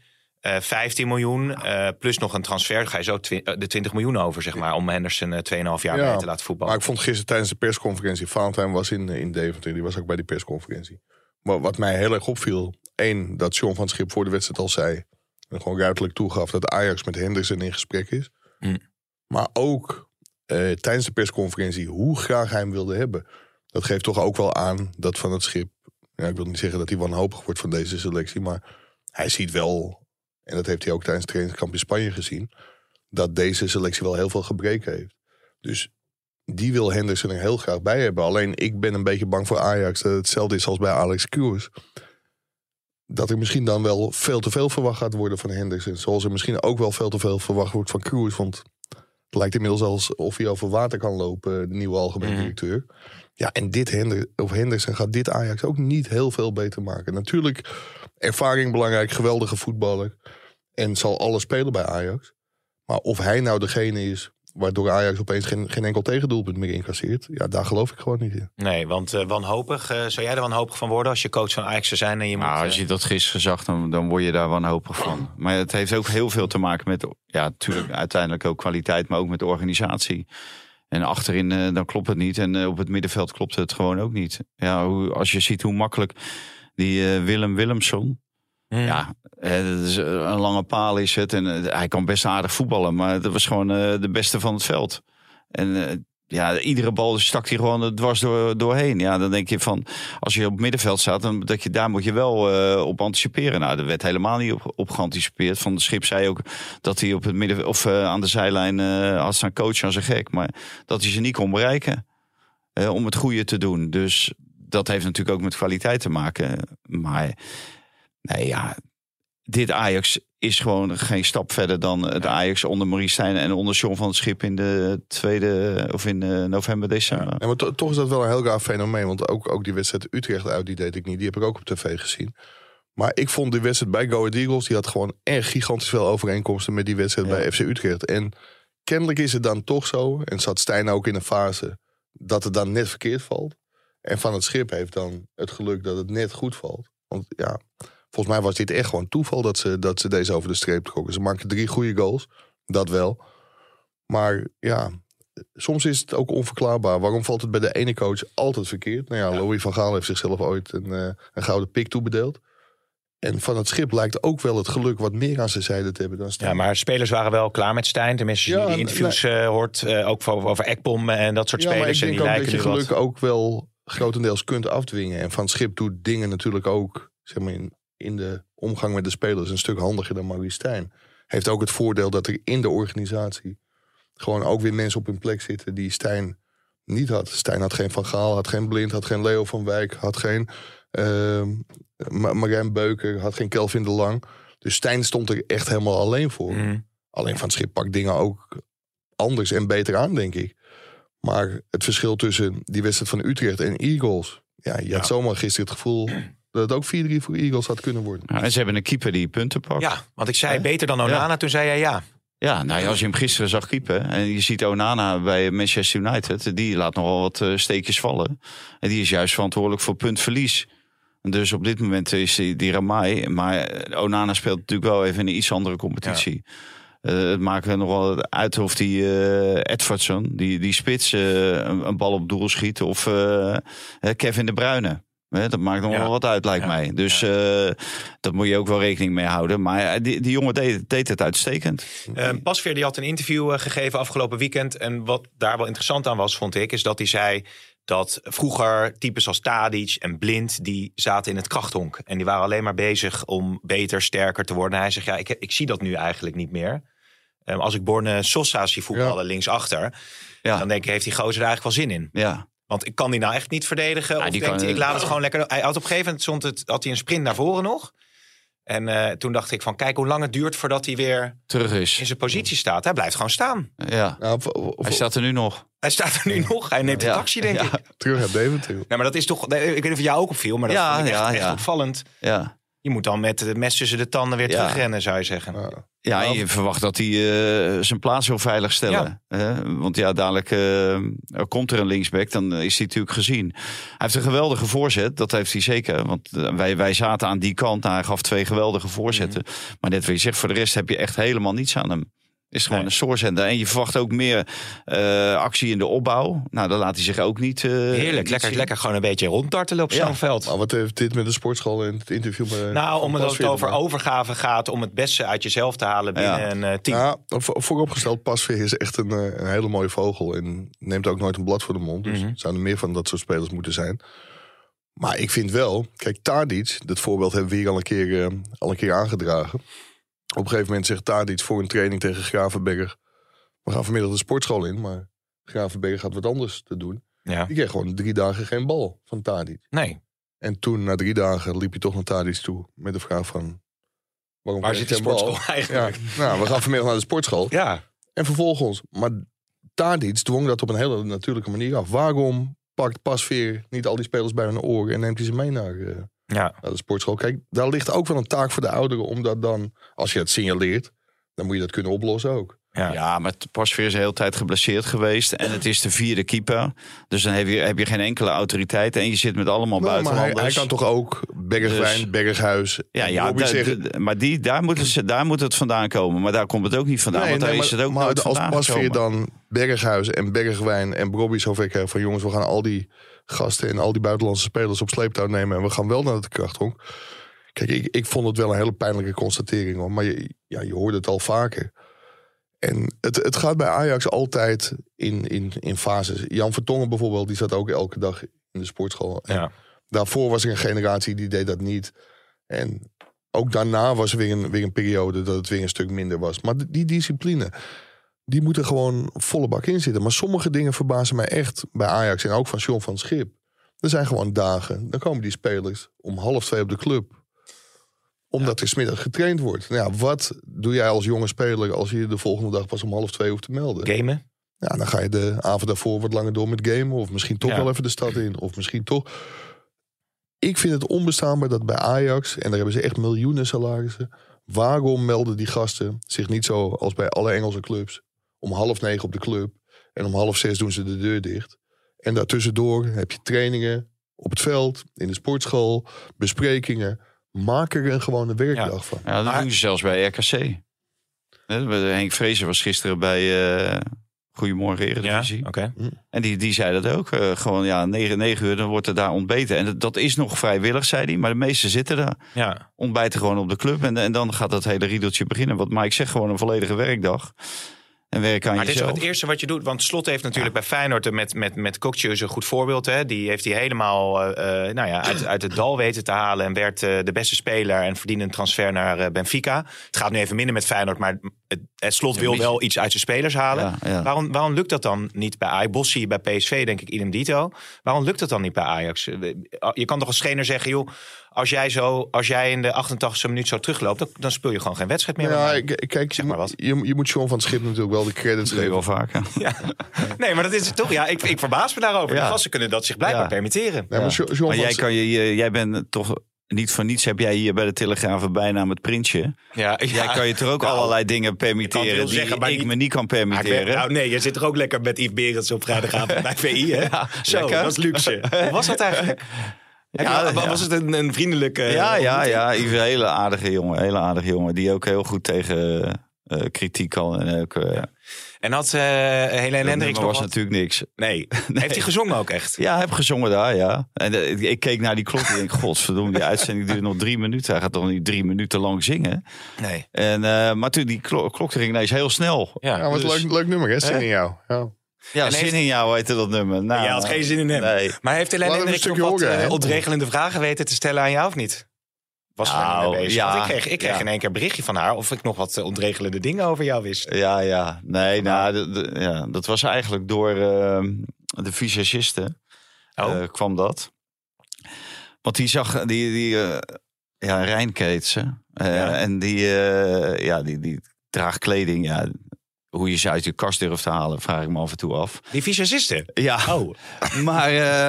D: miljoen plus nog een transfer, dan ga je zo de 20 miljoen over, zeg maar, om Henderson 2,5 jaar mee te laten voetballen.
F: Maar ik vond gisteren tijdens de persconferentie, Valentijn was in Deventer, die was ook bij die persconferentie. Maar wat mij heel erg opviel, 1, dat John van 't Schip voor de wedstrijd al zei en gewoon ruiterlijk toegaf dat Ajax met Henderson in gesprek is. Maar ook tijdens de persconferentie hoe graag hij hem wilde hebben. Dat geeft toch ook wel aan dat Van 't Schip, ja, ik wil niet zeggen dat hij wanhopig wordt van deze selectie, maar hij ziet wel, en dat heeft hij ook tijdens het trainingskamp in Spanje gezien, dat deze selectie wel heel veel gebreken heeft. Dus die wil Henderson er heel graag bij hebben. Alleen ik ben een beetje bang voor Ajax dat hetzelfde is als bij Alex Kroes. Dat er misschien dan wel veel te veel verwacht gaat worden van Henderson. Zoals er misschien ook wel veel te veel verwacht wordt van Kroes. Want het lijkt inmiddels alsof hij over water kan lopen, de nieuwe algemeen directeur. Ja, en Henderson gaat dit Ajax ook niet heel veel beter maken. Natuurlijk, ervaring belangrijk, geweldige voetballer. En zal alles spelen bij Ajax. Maar of hij nou degene is waardoor Ajax opeens geen enkel tegendoelpunt meer incasseert, ja, daar geloof ik gewoon niet in.
D: Nee, want wanhopig, zou jij er wanhopig van worden als je coach van Ajax zou zijn? En je moet,
E: als je dat gisteren zag, dan word je daar wanhopig van. Maar het heeft ook heel veel te maken met, ja, natuurlijk uiteindelijk ook kwaliteit, maar ook met de organisatie. En achterin, dan klopt het niet. En op het middenveld klopt het gewoon ook niet. Ja, als je ziet hoe makkelijk die Willem Willemsson, ja, dat is een lange paal is het. En hij kan best aardig voetballen. Maar dat was gewoon de beste van het veld. En ja, iedere bal stak hij gewoon dwars doorheen. Ja, dan denk je van, als je op het middenveld staat, dan daar moet je wel op anticiperen. Nou, er werd helemaal niet op geanticipeerd. Van de Schip zei ook dat hij op het midden of aan de zijlijn had staan coachen als een gek. Maar dat hij ze niet kon bereiken om het goede te doen. Dus dat heeft natuurlijk ook met kwaliteit te maken. Maar nee, ja, dit Ajax is gewoon geen stap verder dan het Ajax onder Maurice Stijn en onder John van 't Schip in de tweede of in november, december.
F: Ja, maar toch is dat wel een heel gaaf fenomeen. Want ook die wedstrijd Utrecht uit, die deed ik niet. Die heb ik ook op tv gezien. Maar ik vond die wedstrijd bij Go Ahead Eagles, die had gewoon echt gigantisch veel overeenkomsten met die wedstrijd bij FC Utrecht. En kennelijk is het dan toch zo, en zat Stijn ook in een fase, dat het dan net verkeerd valt. En Van 't Schip heeft dan het geluk dat het net goed valt. Want ja, volgens mij was dit echt gewoon toeval dat ze deze over de streep trokken. Ze maakten 3 goede goals, dat wel. Maar ja, soms is het ook onverklaarbaar. Waarom valt het bij de ene coach altijd verkeerd? Nou ja, Louis van Gaal heeft zichzelf ooit een gouden pik toebedeeld. En Van 't Schip lijkt ook wel het geluk wat meer aan zijn zijde te hebben dan Stijn.
D: Ja, maar spelers waren wel klaar met Stijn. Tenminste, als je die interviews hoort, ook over Ekpom en dat soort spelers.
F: Maar ik denk ook dat je geluk ook wel grotendeels kunt afdwingen. En Van 't Schip doet dingen natuurlijk ook, zeg maar, in de omgang met de spelers een stuk handiger dan Maurice Stijn. Heeft ook het voordeel dat er in de organisatie gewoon ook weer mensen op hun plek zitten die Stijn niet had. Stijn had geen Van Gaal, had geen Blind, had geen Leo van Wijk, had geen Marijn Beuker, had geen Kelvin de Lang. Dus Stijn stond er echt helemaal alleen voor. Alleen Van Schip pakt dingen ook anders en beter aan, denk ik. Maar het verschil tussen die wedstrijd van Utrecht en Eagles... Ja, je had zomaar gisteren het gevoel dat het ook 4-3 voor Eagles had kunnen worden.
E: Ja, en ze hebben een keeper die punten pakt.
D: Ja, want ik zei beter dan Onana, toen zei jij ja.
E: Ja, nou ja, als je hem gisteren zag keepen en je ziet Onana bij Manchester United, die laat nogal wat steekjes vallen. En die is juist verantwoordelijk voor puntverlies. Dus op dit moment is die Ramai. Maar Onana speelt natuurlijk wel even in een iets andere competitie. Ja. Het maakt er nog wel uit of die Edwardson, die spits, een bal op doel schiet. Of Kevin De Bruyne. Dat maakt nog wel wat uit, lijkt mij. Dus dat moet je ook wel rekening mee houden. Maar die jongen deed het uitstekend.
D: Pasveer die had een interview gegeven afgelopen weekend. En wat daar wel interessant aan was, vond ik, is dat hij zei dat vroeger types als Tadic en Blind, die zaten in het krachthonk. En die waren alleen maar bezig om beter, sterker te worden. En hij zegt, ik zie dat nu eigenlijk niet meer. Als ik Borne Sosa zie voetballen linksachter, dan denk ik, heeft die gozer er eigenlijk wel zin in.
E: Ja.
D: Want ik kan die nou echt niet verdedigen. Of denkt hij, ik laat het gewoon lekker. Hij had op een gegeven moment had hij een sprint naar voren nog. En toen dacht ik van, kijk hoe lang het duurt voordat hij weer terug is. In zijn positie staat. Hij blijft gewoon staan.
E: Ja. Hij staat er nu nog.
D: Hij neemt de taxi, denk ik.
F: Terug naar Deventer.
D: Nou, maar dat is toch, ik weet niet of jou ook opviel, maar dat vind ik echt opvallend. Ja. Je moet dan met de mes tussen de tanden weer terugrennen, zou je zeggen.
E: Ja, je verwacht dat hij zijn plaats wil veiligstellen. Want dadelijk komt er een linksback, dan is hij natuurlijk gezien. Hij heeft een geweldige voorzet, dat heeft hij zeker. Want wij zaten aan die kant, hij gaf 2 geweldige voorzetten. Maar net wat je zegt, voor de rest heb je echt helemaal niets aan hem. Is gewoon een stoorzender. En je verwacht ook meer actie in de opbouw. Nou, dan laat hij zich ook niet
D: heerlijk, lekker gewoon een beetje ronddartelen op zo'n veld.
F: Maar wat heeft dit met de sportschool in het interview?
D: Omdat het over overgave gaat, om het beste uit jezelf te halen binnen een team.
F: Ja, vooropgesteld, Pasveer is echt een hele mooie vogel. En neemt ook nooit een blad voor de mond. Dus er zouden meer van dat soort spelers moeten zijn. Maar ik vind wel, kijk, Tadic, dat voorbeeld hebben we hier al een keer aangedragen. Op een gegeven moment zegt Tadic voor een training tegen Gravenberg: we gaan vanmiddag de sportschool in, maar Gravenberg had wat anders te doen. Ja. Die kreeg gewoon 3 dagen geen bal van Tadic.
D: Nee.
F: En toen, na 3 dagen, liep hij toch naar Tadic toe met de vraag van:
D: waar zit de sportschool eigenlijk?
F: Ja, nou, we gaan vanmiddag naar de sportschool.
D: Ja.
F: En vervolgens, maar Tadic dwong dat op een hele natuurlijke manier af. Waarom pakt Pasveer niet al die spelers bij hun oren en neemt hij ze mee naar de sportschool? Kijk, daar ligt ook wel een taak voor de ouderen, omdat dan, als je het signaleert, dan moet je dat kunnen oplossen ook.
E: Ja, maar Pasveer is de hele tijd geblesseerd geweest. En het is de 4e keeper. Dus dan heb je geen enkele autoriteit. En je zit met allemaal buitenlanders.
F: Maar hij kan toch ook Bergwijn, Berghuis.
E: Maar daar moet het vandaan komen. Maar daar komt het ook niet vandaan. Want daar is het ook nooit vandaan.
F: Maar als Pasveer dan Berghuis en Bergwijn en Bobby zover krijgt van: jongens, we gaan al die gasten en al die buitenlandse spelers op sleeptouw nemen. En we gaan wel naar de krachthonk. Kijk, ik vond het wel een hele pijnlijke constatering, hoor. Maar je hoort het al vaker. En het gaat bij Ajax altijd in fases. Jan Vertongen bijvoorbeeld, die zat ook elke dag in de sportschool. En daarvoor was er een generatie die deed dat niet. En ook daarna was er weer een periode dat het weer een stuk minder was. Maar die discipline, die moet er gewoon volle bak in zitten. Maar sommige dingen verbazen mij echt bij Ajax en ook van John van Schip. Er zijn gewoon dagen, dan komen die spelers om 1:30 op de club, omdat er 's middags getraind wordt. Nou ja, wat doe jij als jonge speler als je de volgende dag pas om 1:30 hoeft te melden?
D: Gamen?
F: Ja, dan ga je de avond daarvoor wat langer door met gamen. Of misschien toch wel even de stad in. Of misschien toch. Ik vind het onbestaanbaar dat bij Ajax, en daar hebben ze echt miljoenen salarissen, waarom melden die gasten zich niet zo als bij alle Engelse clubs om 8:30 op de club en om 5:30 doen ze de deur dicht. En daartussendoor heb je trainingen op het veld, in de sportschool, besprekingen. Maak er een gewone werkdag van.
E: Ja, dat doen ze zelfs bij RKC. Henk Vrezer was gisteren bij Goedemorgen Eredivisie.
D: Ja, okay.
E: En die zei dat ook. Gewoon 9 uur, dan wordt er daar ontbeten. En dat is nog vrijwillig, zei hij. Maar de meesten zitten daar. Ja. Ontbijten gewoon op de club. En dan gaat dat hele riedeltje beginnen. Wat Mike zegt, gewoon een volledige werkdag. En werken aan
D: Maar dit is
E: jezelf.
D: ook het eerste wat je doet. Want Slot heeft natuurlijk bij Feyenoord met Kokcius een goed voorbeeld. Hè. Die heeft hij helemaal uit het dal weten te halen. En werd de beste speler en verdiende een transfer naar Benfica. Het gaat nu even minder met Feyenoord. Maar het Slot wil wel iets uit zijn spelers halen. Ja. Waarom lukt dat dan niet bij Ajax? Bossi bij PSV denk ik idem dito. Waarom lukt dat dan niet bij Ajax? Je kan toch als trainer zeggen, joh, als jij in de 88e minuut zo terugloopt, dan speel je gewoon geen wedstrijd meer.
F: Ja, kijk, zeg maar wat. Je moet John van het Schip natuurlijk wel de credits geven.
E: Wel vaker.
D: Ja. Nee, maar dat is het toch. Ja, ik verbaas me daarover. De gasten kunnen dat zich blijkbaar permitteren.
F: Nee, maar
E: jij bent toch niet voor niets, heb jij hier bij de Telegraaf een bijnaam het Prinsje. Jij kan je toch ook allerlei dingen permitteren die ik me niet kan permitteren.
D: Nee, je zit toch ook lekker met Yves Berends op vrijdagavond bij VI, hè? Zo,
E: lekker.
D: Dat is luxe. Hoe was dat eigenlijk? Was het een vriendelijke...
E: Ja. Yves, een hele aardige jongen. Die ook heel goed tegen kritiek kan. En ook...
D: En had Helene Hendricks nog
E: was natuurlijk niks.
D: Nee. Heeft hij gezongen ook echt?
E: Ja, hij heeft gezongen daar, ja. En ik keek naar die klok en ik denk, godsverdomme, die uitzending duurt nog 3 minuten. Hij gaat toch niet 3 minuten lang zingen?
D: Nee.
E: En, maar toen die klok ging ineens heel snel.
F: Ja, wat een leuk nummer, hè? Zin in jou.
E: Ja, Zin in jou heette dat nummer. Nou,
D: jij had geen zin in hem.
E: Nee.
D: Maar heeft Helene Hendricks nog wat ontregelende vragen weten te stellen aan jou of niet? Was ze er mee bezig?
E: Ja,
D: want ik kreeg in één keer een berichtje van haar of ik nog wat ontregelende dingen over jou wist.
E: Ja. Nee, dat was eigenlijk door de visagiste kwam dat. Want die zag Rijn keet ze. En die draagt kleding. Ja, hoe je ze uit je kast durft te halen, vraag ik me af en toe af.
D: Die visagiste?
E: Ja.
D: Oh.
E: Maar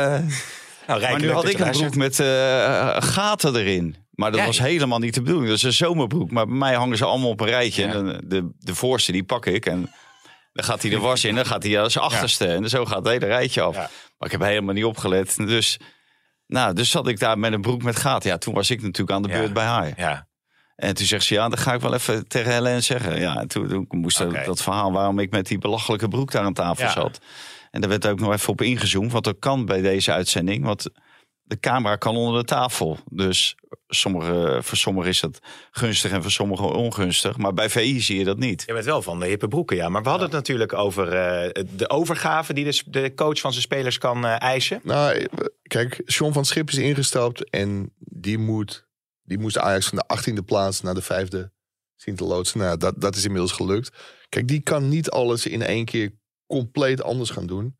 E: nu had ik een broek met gaten erin. Maar dat was helemaal niet de bedoeling. Dat is een zomerbroek. Maar bij mij hangen ze allemaal op een rijtje. Ja. En de voorste, die pak ik. En dan gaat hij de was in. Dan gaat hij als achterste. En zo gaat het hele rijtje af. Ja. Maar ik heb helemaal niet opgelet. Dus zat ik daar met een broek met gaten. Ja, toen was ik natuurlijk aan de beurt bij haar. Ja. En toen zegt ze, dan ga ik wel even tegen Helene zeggen. Ja, en toen moest dat verhaal waarom ik met die belachelijke broek daar aan tafel zat. En daar werd ook nog even op ingezoomd. Want dat kan bij deze uitzending. Want de camera kan onder de tafel. Dus voor sommigen is dat gunstig en voor sommigen ongunstig. Maar bij VI zie je dat niet.
D: Je bent wel van de hippe broeken, ja. Maar we hadden het natuurlijk over de overgave die de coach van zijn spelers kan eisen.
F: Nou, kijk, John van Schip is ingestapt en die moest Ajax van de 18e plaats naar de 5e zien te loodsen. Nou, dat is inmiddels gelukt. Kijk, die kan niet alles in één keer compleet anders gaan doen.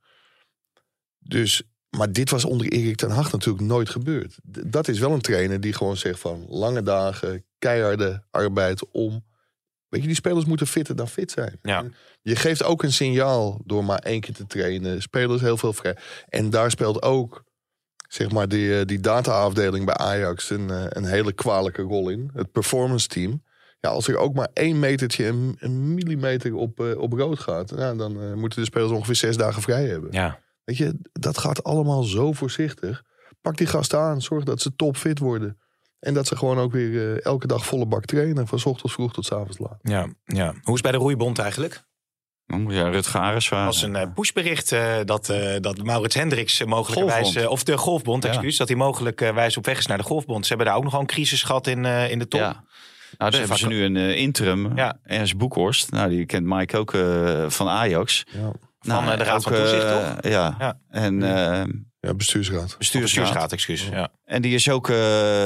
F: Maar dit was onder Erik ten Hag natuurlijk nooit gebeurd. Dat is wel een trainer die gewoon zegt van lange dagen, keiharde arbeid om. Weet je, die spelers moeten fitter dan fit zijn. Ja. Je geeft ook een signaal door maar 1 keer te trainen. Spelers heel veel vrij. En daar speelt ook, zeg maar, die data-afdeling bij Ajax een hele kwalijke rol in. Het performance team. Ja, als er ook maar 1 metertje, een millimeter op rood gaat, dan moeten de spelers ongeveer 6 dagen vrij hebben. Ja. Weet je, dat gaat allemaal zo voorzichtig. Pak die gasten aan, zorg dat ze topfit worden. En dat ze gewoon ook weer elke dag volle bak trainen. Van 's ochtends vroeg tot 's avonds laat.
D: Ja. Hoe is het bij de roeibond eigenlijk?
E: Ja, Rutger Aresvaar.
D: Er was een pushbericht dat Maurits Hendricks mogelijkerwijs... Of de Golfbond, excuus. Dat hij mogelijkerwijs op weg is naar de Golfbond. Ze hebben daar ook nog een crisis gehad in de top. Ja.
E: Nou, daar hebben ze nu een interim. Ernst Boekhorst. Nou, die kent Mike ook van Ajax. Ja.
D: Van de Raad van Toezicht, toch?
E: Ja. En...
F: bestuursraad.
D: Bestuursraad, excuus. Ja.
E: En die is ook,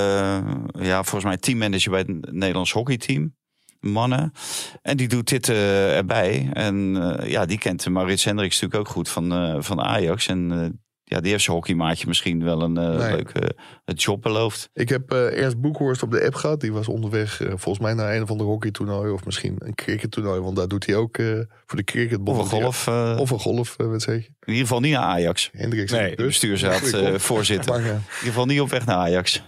E: volgens mij teammanager bij het Nederlands hockeyteam. Mannen. En die doet dit erbij. En die kent Maurits Hendricks natuurlijk ook goed van Ajax. En die heeft zijn hockeymaatje misschien wel een leuke job beloofd.
F: Ik heb Ernst Boekhorst op de app gehad. Die was onderweg volgens mij naar een of ander hockeytoernooi. Of misschien een crickettoernooi. Want daar doet hij ook voor de cricketbond.
E: Of een golf.
F: Of een golfwedstrijdje.
E: In ieder geval niet naar Ajax.
F: Hendricks.
E: Nee, de bestuursraad voorzitter. Maar, in ieder geval niet op weg naar Ajax.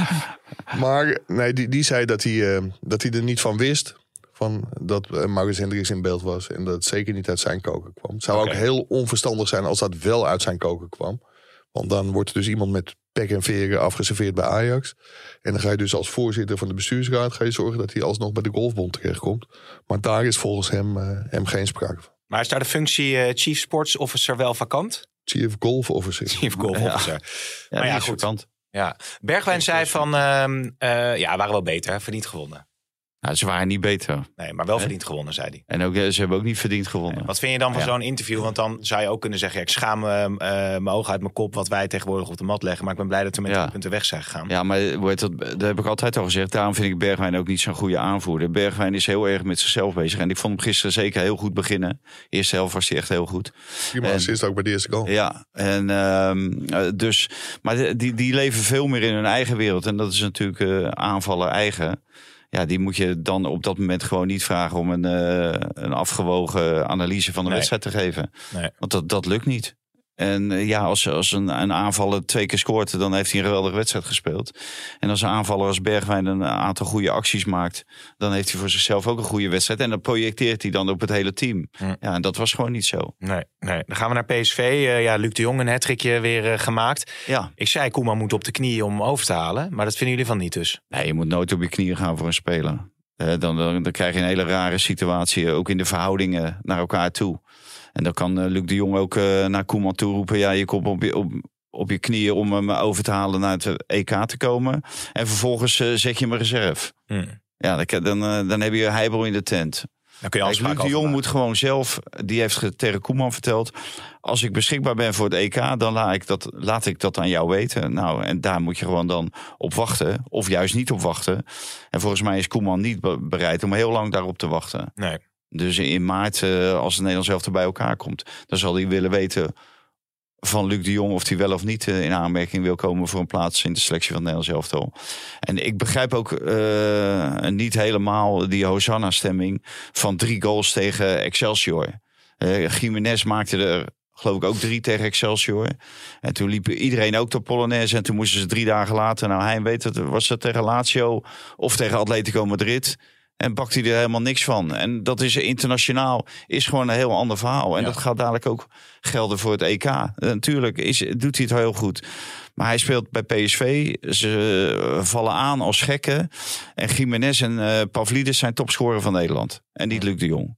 F: Maar nee, die zei dat hij er niet van wist. Van dat Maurits Hendricks in beeld was. En dat het zeker niet uit zijn koken kwam. Het zou ook heel onverstandig zijn als dat wel uit zijn koken kwam. Want dan wordt er dus iemand met pek en veren afgeserveerd bij Ajax. En dan ga je dus als voorzitter van de bestuursraad zorgen dat hij alsnog bij de Golfbond terechtkomt. Maar daar is volgens hem geen sprake van.
D: Maar is daar de functie Chief Sports Officer wel vakant?
F: Chief Golf Officer.
D: Chief Golf Officer.
E: Maar goed.
D: Ja. Bergwijn zei van, waren wel beter, verdiend gewonnen.
E: Nou, ze waren niet beter.
D: Nee, maar wel verdiend gewonnen, zei hij.
E: En ook, ze hebben ook niet verdiend gewonnen.
D: Nee, wat vind je dan van zo'n interview? Want dan zou je ook kunnen zeggen... ik schaam mijn ogen uit mijn kop wat wij tegenwoordig op de mat leggen. Maar ik ben blij dat we met 2 punten weg zijn gegaan.
E: Ja, maar dat heb ik altijd al gezegd. Daarom vind ik Bergwijn ook niet zo'n goede aanvoerder. Bergwijn is heel erg met zichzelf bezig. En ik vond hem gisteren zeker heel goed beginnen. De eerste helft was hij echt heel goed.
F: Prima assist ook bij de eerste goal.
E: Ja, en maar die leven veel meer in hun eigen wereld. En dat is natuurlijk aanvaller eigen. Ja, die moet je dan op dat moment gewoon niet vragen om een afgewogen analyse van de wedstrijd te geven. Nee. Want dat lukt niet. En als een aanvaller 2 keer scoort, dan heeft hij een geweldige wedstrijd gespeeld. En als een aanvaller als Bergwijn een aantal goede acties maakt, dan heeft hij voor zichzelf ook een goede wedstrijd. En dat projecteert hij dan op het hele team. Ja, en dat was gewoon niet zo.
D: Nee. Dan gaan we naar PSV. Luc de Jong een hattrickje weer gemaakt.
E: Ja.
D: Ik zei, Koeman moet op de knieën om over te halen. Maar dat vinden jullie van niet dus?
E: Nee, je moet nooit op je knieën gaan voor een speler. Dan krijg je een hele rare situatie, ook in de verhoudingen naar elkaar toe. En dan kan Luc de Jong ook naar Koeman toe roepen... ja, je komt op je knieën om hem over te halen naar het EK te komen. En vervolgens zet je hem reserve. Ja, dan heb je een heibel in de tent.
D: Dan kun je
E: Luc de Jong moet gewoon zelf... die heeft tegen Koeman verteld... als ik beschikbaar ben voor het EK... dan laat ik dat aan jou weten. Nou, en daar moet je gewoon dan op wachten. Of juist niet op wachten. En volgens mij is Koeman niet bereid om heel lang daarop te wachten.
D: Nee.
E: Dus in maart, als het Nederlands elftal bij elkaar komt... dan zal hij willen weten van Luc de Jong... of hij wel of niet in aanmerking wil komen... voor een plaats in de selectie van het Nederlands elftal. En ik begrijp ook niet helemaal die Hosanna-stemming... van 3 goals tegen Excelsior. Gimenez maakte er... geloof ik ook 3 tegen Excelsior. En toen liep iedereen ook de Polonaise. En toen moesten ze 3 dagen later... nou, hij weet het, was dat tegen Lazio of tegen Atletico Madrid... En bakt hij er helemaal niks van. En dat is internationaal is gewoon een heel ander verhaal. En dat gaat dadelijk ook gelden voor het EK. Natuurlijk doet hij het heel goed. Maar hij speelt bij PSV. Ze vallen aan als gekken. En Gimenez en Pavlidis zijn topscorer van Nederland. En niet Luc de Jong.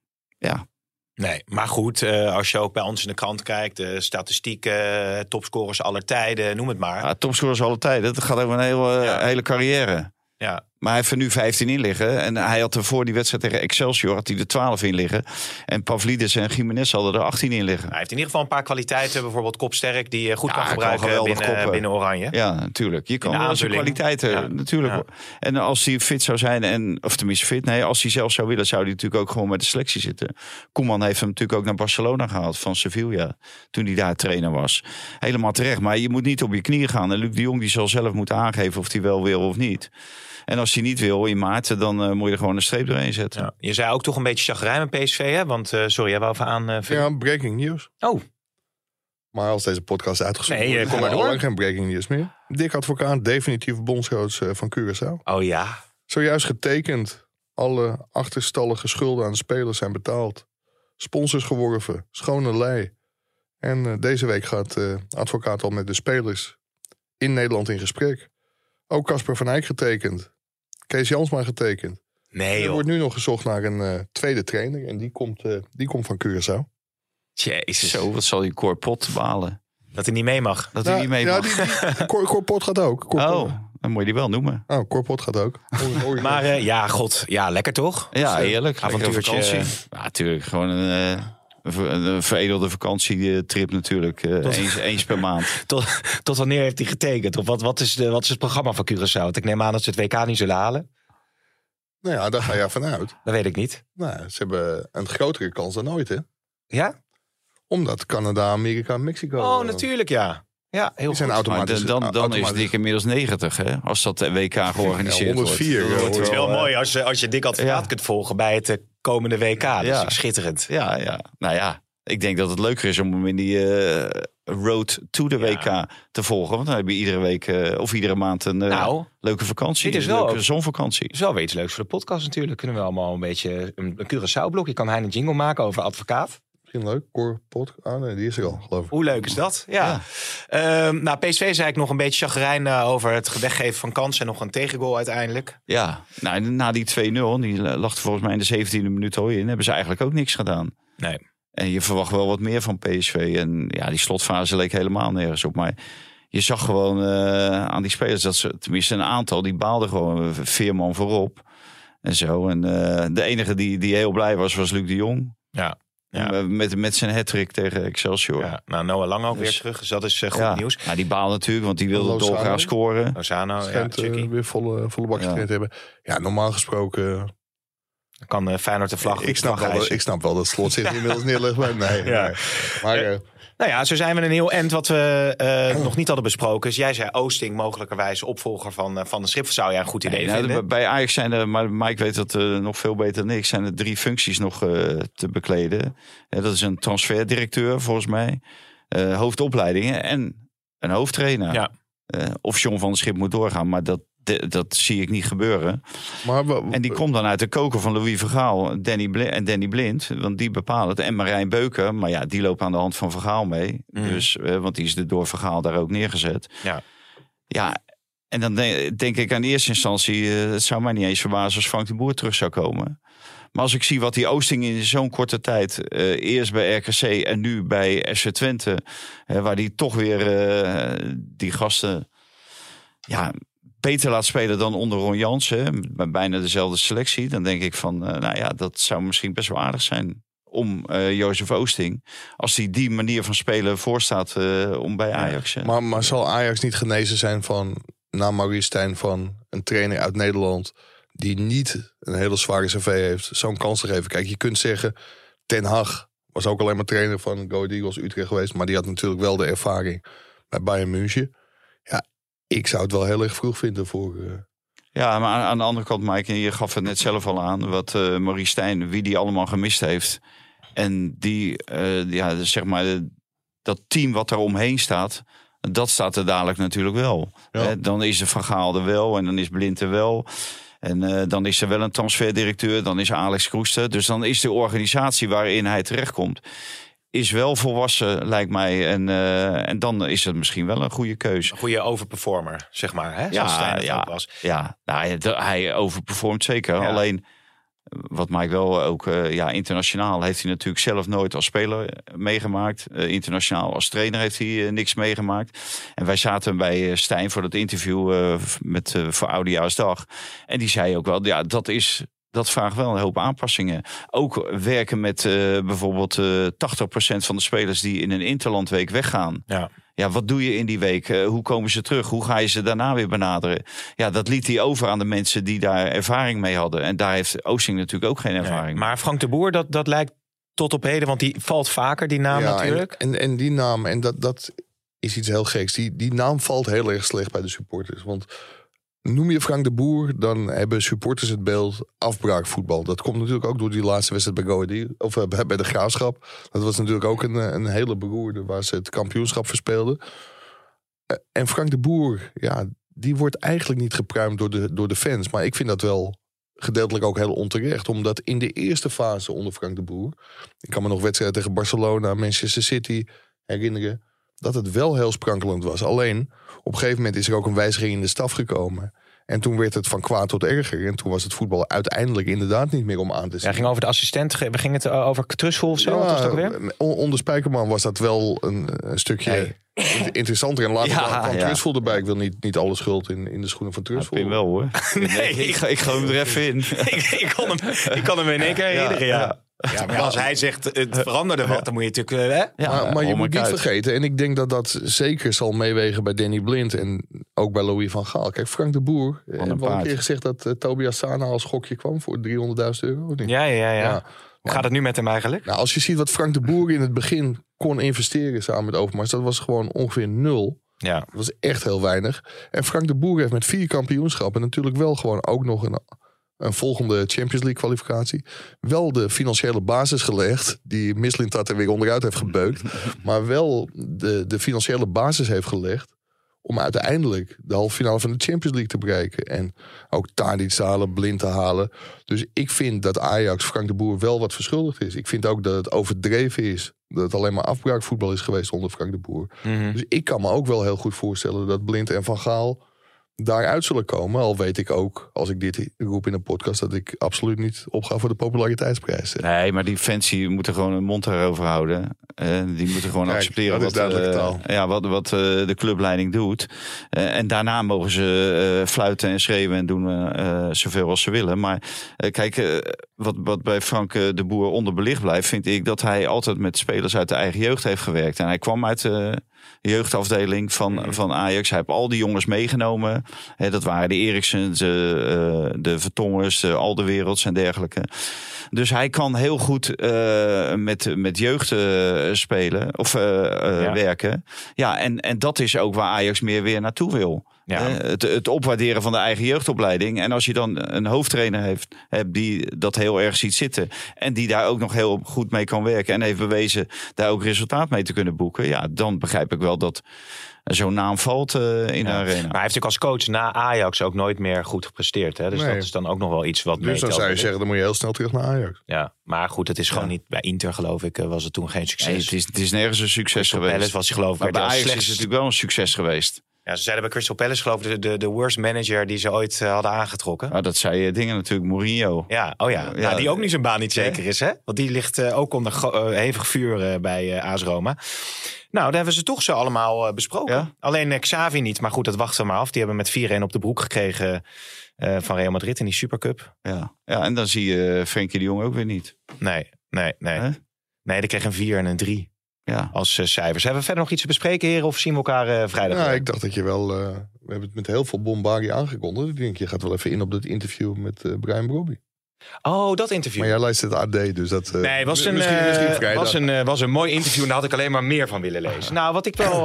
E: Ja.
D: Nee, maar goed, als je ook bij ons in de krant kijkt... de statistieken, topscorers aller tijden, noem het maar.
E: Ja, topscorers aller tijden, dat gaat over een hele carrière.
D: Ja.
E: Maar hij heeft er nu 15 in liggen. En hij had er voor die wedstrijd tegen Excelsior had hij er 12 in liggen. En Pavlidis en Gimenez hadden er 18 in liggen.
D: Hij heeft in ieder geval een paar kwaliteiten. Bijvoorbeeld kopsterk die je goed kan gebruiken binnen Oranje.
E: Ja, natuurlijk. Je kan wel zijn kwaliteiten. Natuurlijk. Ja. En als hij fit zou zijn, of tenminste fit. Nee, als hij zelf zou willen, zou hij natuurlijk ook gewoon met de selectie zitten. Koeman heeft hem natuurlijk ook naar Barcelona gehaald van Sevilla. Toen hij daar trainer was. Helemaal terecht. Maar je moet niet op je knieën gaan. En Luc de Jong die zal zelf moeten aangeven of hij wel wil of niet. En als hij niet wil in maart, dan moet je er gewoon een streep doorheen zetten. Ja.
D: Je zei ook toch een beetje chagrijn met PSV, hè? Want, sorry, jij wou even aan...
F: ja, breaking news.
D: Oh.
F: Maar als deze podcast uitgezonden wordt,
D: kom maar door.
F: Al geen breaking news meer. Dick Advocaat, definitief bondscoach van Curaçao.
D: Oh ja.
F: Zojuist getekend. Alle achterstallige schulden aan de spelers zijn betaald. Sponsors geworven. Schone lei. En deze week gaat Advocaat al met de spelers in Nederland in gesprek. Ook Casper van Eyck getekend. Kees Jansma getekend.
D: Nee,
F: er wordt nu nog gezocht naar een tweede trainer. En die komt van Curaçao.
D: Jezus.
E: Zo, wat zal die Cor Pot balen?
D: Dat hij niet mee mag.
E: Dat hij niet mee mag.
F: Ja, Cor Pot gaat ook.
E: Dan moet je die wel noemen.
F: Oh, Cor Pot gaat ook.
D: Maar lekker toch?
E: Ja, heerlijk.
D: Avontuurtje.
E: Vakantie. Ja, natuurlijk. Gewoon een veredelde vakantietrip natuurlijk. Eens per maand.
D: Tot wanneer heeft hij getekend? Of wat is het programma van Curaçao? Want ik neem aan dat ze het WK niet zullen halen.
F: Nou ja, daar ga je vanuit.
D: Dat weet ik niet.
F: Nou, ze hebben een grotere kans dan ooit, hè?
D: Ja?
F: Omdat Canada, Amerika en Mexico...
D: Oh, natuurlijk, ja. Ja, heel
F: zijn
D: goed.
F: Automatisch.
E: Dan is Dick inmiddels 90, hè? Als dat WK georganiseerd
F: 104,
E: wordt.
D: Het is wel mooi als je Dick Advocaat kunt volgen bij het komende WK. Dat is schitterend.
E: Ja. Nou ja, ik denk dat het leuker is om hem in die road to de WK te volgen. Want dan heb je iedere week of iedere maand een leuke vakantie.
D: Dit is wel
E: een zonvakantie.
D: Het is wel weer iets leuks voor de podcast natuurlijk. Kunnen we allemaal een beetje een Curaçao-blok. Je kan hij een jingle maken over Advocaat.
F: Misschien leuk, Cor Pot. Nee, die is er al, geloof ik.
D: Hoe leuk is dat? Ja. PSV zei ik nog een beetje chagrijn over het weggeven van kansen en nog een tegengoal uiteindelijk.
E: Ja, na die 2-0, die lag er volgens mij in de 17e minuut al in, hebben ze eigenlijk ook niks gedaan.
D: Nee.
E: En je verwacht wel wat meer van PSV. En ja, die slotfase leek helemaal nergens op. Maar je zag gewoon aan die spelers dat ze, tenminste een aantal, die baalden gewoon Veerman voorop. En zo. En de enige die heel blij was Luc de Jong.
D: Ja.
E: Met zijn hat-trick tegen Excelsior.
D: Ja, nou, Noah Lang ook weer terug. Dus dat is goed nieuws.
E: Nou, die baal natuurlijk, want die wilde dolgraag scoren.
D: Lozano,
F: weer volle bak getraind hebben. Ja, normaal gesproken...
D: kan Feyenoord de vlag...
F: Ik snap wel dat Slot zich inmiddels neerlegt. Maar nee. Maar...
D: Nou ja, zo zijn we een heel eind wat we nog niet hadden besproken. Dus jij zei Oosting mogelijkerwijs opvolger van de Schip. Zou jij een goed idee vinden?
E: Bij Ajax zijn er, maar Mike weet dat nog veel beter dan ik, zijn er 3 functies nog te bekleden. Dat is een transferdirecteur volgens mij, hoofdopleidingen en een hoofdtrainer.
D: Ja.
E: Of John van der Schip moet doorgaan, maar dat zie ik niet gebeuren. En die komt dan uit de koker van Louis Vergaal en Danny Blind. Want die bepalen het. En Marijn Beuker. Maar ja, die loopt aan de hand van Vergaal mee. Dus, want die is door Vergaal daar ook neergezet. Ja, en dan denk ik aan eerste instantie... het zou mij niet eens verbazen als Frank de Boer terug zou komen. Maar als ik zie wat die Oosting in zo'n korte tijd... eerst bij RKC en nu bij FC Twente... waar die toch weer die gasten... beter laat spelen dan onder Ron Jansen, met bijna dezelfde selectie, dan denk ik van, dat zou misschien best wel aardig zijn om Jozef Oosting, als hij die manier van spelen voorstaat om bij Ajax.
F: Maar zal Ajax niet genezen zijn van, na Maurice Stijn, van een trainer uit Nederland die niet een hele zware cv heeft, zo'n kans te geven? Kijk, je kunt zeggen, Ten Hag was ook alleen maar trainer van Go Ahead Eagles Utrecht geweest, maar die had natuurlijk wel de ervaring bij Bayern München. Ja, ik zou het wel heel erg vroeg vinden voor...
E: Ja, maar aan de andere kant, Mike, je gaf het net zelf al aan, wat Maurice Stijn, wie die allemaal gemist heeft. En die, zeg maar, dat team wat er omheen staat, dat staat er dadelijk natuurlijk wel.
F: Ja.
E: Dan is de Van Gaal er wel en dan is Blind er wel. En dan is er wel een transferdirecteur, dan is Alex Kroes er. Dus dan is de organisatie waarin hij terechtkomt... is wel volwassen, lijkt mij. En dan is het misschien wel een goede keuze.
D: Een goede overperformer, zeg maar. Hè? Was.
E: Hij overperformt zeker.
D: Ja.
E: Alleen, wat Mike wel ook... internationaal heeft hij natuurlijk zelf nooit als speler meegemaakt. Internationaal als trainer heeft hij niks meegemaakt. En wij zaten bij Stijn voor dat interview voor Oudejaarsdag. En die zei ook wel, dat vraagt wel een hoop aanpassingen. Ook werken met bijvoorbeeld 80% van de spelers die in een interlandweek weggaan. Ja, wat doe je in die week? Hoe komen ze terug? Hoe ga je ze daarna weer benaderen? Ja, dat liet hij over aan de mensen die daar ervaring mee hadden. En daar heeft Oosting natuurlijk ook geen ervaring mee.
D: Maar Frank de Boer, dat lijkt tot op heden, want die valt vaker, die naam natuurlijk.
F: En die naam, en dat is iets heel geks. Die naam valt heel erg slecht bij de supporters. Want... noem je Frank de Boer, dan hebben supporters het beeld afbraakvoetbal. Dat komt natuurlijk ook door die laatste wedstrijd bij Go Ahead, of bij de Graafschap. Dat was natuurlijk ook een hele beroerde waar ze het kampioenschap verspeelden. En Frank de Boer, die wordt eigenlijk niet gepruimd door de fans. Maar ik vind dat wel gedeeltelijk ook heel onterecht. Omdat in de eerste fase onder Frank de Boer... ik kan me nog wedstrijden tegen Barcelona, Manchester City herinneren... dat het wel heel sprankelend was. Alleen, op een gegeven moment is er ook een wijziging in de staf gekomen. En toen werd het van kwaad tot erger. En toen was het voetbal uiteindelijk inderdaad niet meer om aan te zien.
D: Ja, ging over de assistent. We gingen het over Trusvoel of zo?
F: Ja,
D: was het ook weer?
F: Onder Spijkerman was dat wel een stukje interessanter. En later kwam Trusvoel erbij. Ik wil niet alle schuld in de schoenen van Trusvoel.
E: Ik wel hoor.
D: Nee,
E: ik gooi hem er even in.
D: ik kan hem in één keer herinneren, Ja, maar als hij zegt het veranderde wat, dan moet je natuurlijk...
F: maar je moet niet vergeten, en ik denk dat zeker zal meewegen bij Danny Blind en ook bij Louis van Gaal. Kijk, Frank de Boer, hebben we al een keer gezegd dat Tobias Sana als gokje kwam voor €300.000?
D: Ja. Hoe gaat het nu met hem eigenlijk?
F: Nou, als je ziet wat Frank de Boer in het begin kon investeren samen met Overmars, dat was gewoon ongeveer 0.
D: Ja.
F: Dat was echt heel weinig. En Frank de Boer heeft met 4 kampioenschappen natuurlijk wel gewoon ook nog een volgende Champions League kwalificatie. Wel de financiële basis gelegd. Die Mislintat er weer onderuit heeft gebeukt. Maar wel de financiële basis heeft gelegd. Om uiteindelijk de halve finale van de Champions League te bereiken. En ook Tadic te halen, Blind te halen. Dus ik vind dat Ajax Frank de Boer wel wat verschuldigd is. Ik vind ook dat het overdreven is. Dat het alleen maar afbraakvoetbal is geweest onder Frank de Boer.
D: Mm-hmm.
F: Dus ik kan me ook wel heel goed voorstellen dat Blind en Van Gaal daaruit zullen komen. Al weet ik ook, als ik dit roep in een podcast, dat ik absoluut niet opga voor de populariteitsprijs.
E: Nee, maar die fans die moeten gewoon hun mond erover houden. Die moeten gewoon accepteren wat de clubleiding doet. En daarna mogen ze fluiten en schreeuwen en doen zoveel als ze willen. Maar kijk, wat bij Frank de Boer onderbelicht blijft, vind ik dat hij altijd met spelers uit de eigen jeugd heeft gewerkt. En hij kwam uit de jeugdafdeling van Ajax. Hij heeft al die jongens meegenomen. Dat waren de Eriksens, de Vertongers, de Alderwerelds en dergelijke. Dus hij kan heel goed met jeugd spelen of werken. Ja, en dat is ook waar Ajax meer weer naartoe wil. Ja. Het opwaarderen van de eigen jeugdopleiding. En als je dan een hoofdtrainer hebt die dat heel erg ziet zitten. En die daar ook nog heel goed mee kan werken. En heeft bewezen daar ook resultaat mee te kunnen boeken. Ja, dan begrijp ik wel dat zo'n naam valt in de arena. Maar hij heeft
D: natuurlijk als coach na Ajax ook nooit meer goed gepresteerd. Hè? Dus dat is dan ook nog wel iets wat
F: dus dan zou je zeggen, dan moet je heel snel terug naar Ajax.
D: Ja, maar goed, het is gewoon niet... Bij Inter, geloof ik, was het toen geen succes.
E: Nee, het is nergens een succes geweest.
D: Palace was hij, geloof ik.
E: Maar bij Ajax is het natuurlijk wel een succes geweest.
D: Ja, ze zeiden bij Crystal Palace, geloof ik, de worst manager die ze ooit hadden aangetrokken.
E: Nou, dat zei dingen natuurlijk, Mourinho.
D: Ja, Nou, die ook niet zijn baan niet zeker is, hè? Want die ligt ook onder hevig vuur bij AS Roma. Nou, daar hebben ze toch zo allemaal besproken. Ja? Alleen Xavi niet, maar goed, dat wachten we maar af. Die hebben met 4-1 op de broek gekregen van Real Madrid in die Supercup.
E: Ja, en dan zie je Frenkie de Jong ook weer niet.
D: Nee. Nee, die kreeg een 4 en een 3. Ja. Als cijfers. Hebben we verder nog iets te bespreken, heren? Of zien we elkaar vrijdag?
F: Ja, ik dacht dat je wel... we hebben het met heel veel bombardie aangekondigd. Ik denk, je gaat wel even in op dat interview met Brian Brobby.
D: Oh, dat interview.
F: Maar jij luistert het AD, dus dat...
D: nee, was een mooi interview en daar had ik alleen maar meer van willen lezen. Nou, wat ik wel...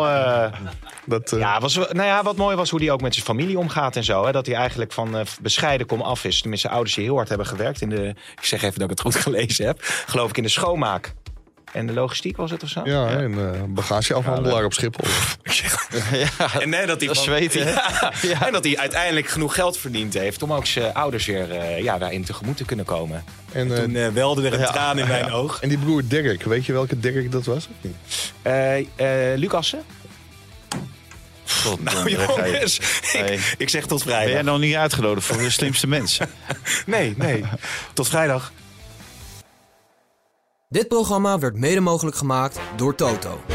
D: wat mooi was hoe hij ook met zijn familie omgaat en zo. Hè? Dat hij eigenlijk van bescheiden kom af is. Tenminste, zijn ouders die heel hard hebben gewerkt in de... Ik zeg even dat ik het goed gelezen heb. Geloof ik in de schoonmaak. En de logistiek was het of zo?
F: Ja, en bagageafhandelaar op Schiphol.
D: En dat hij zweten. En dat hij uiteindelijk genoeg geld verdiend heeft om ook zijn ouders weer daarin tegemoet te kunnen komen. En toen welde er een traan in mijn oog.
F: En die broer Dirk, weet je welke Dirk dat was?
D: Lucassen? Nou jongens, ik zeg tot vrijdag.
E: Ben jij nog niet uitgenodigd voor de slimste mensen?
D: Nee. Tot vrijdag.
B: Dit programma werd mede mogelijk gemaakt door Toto.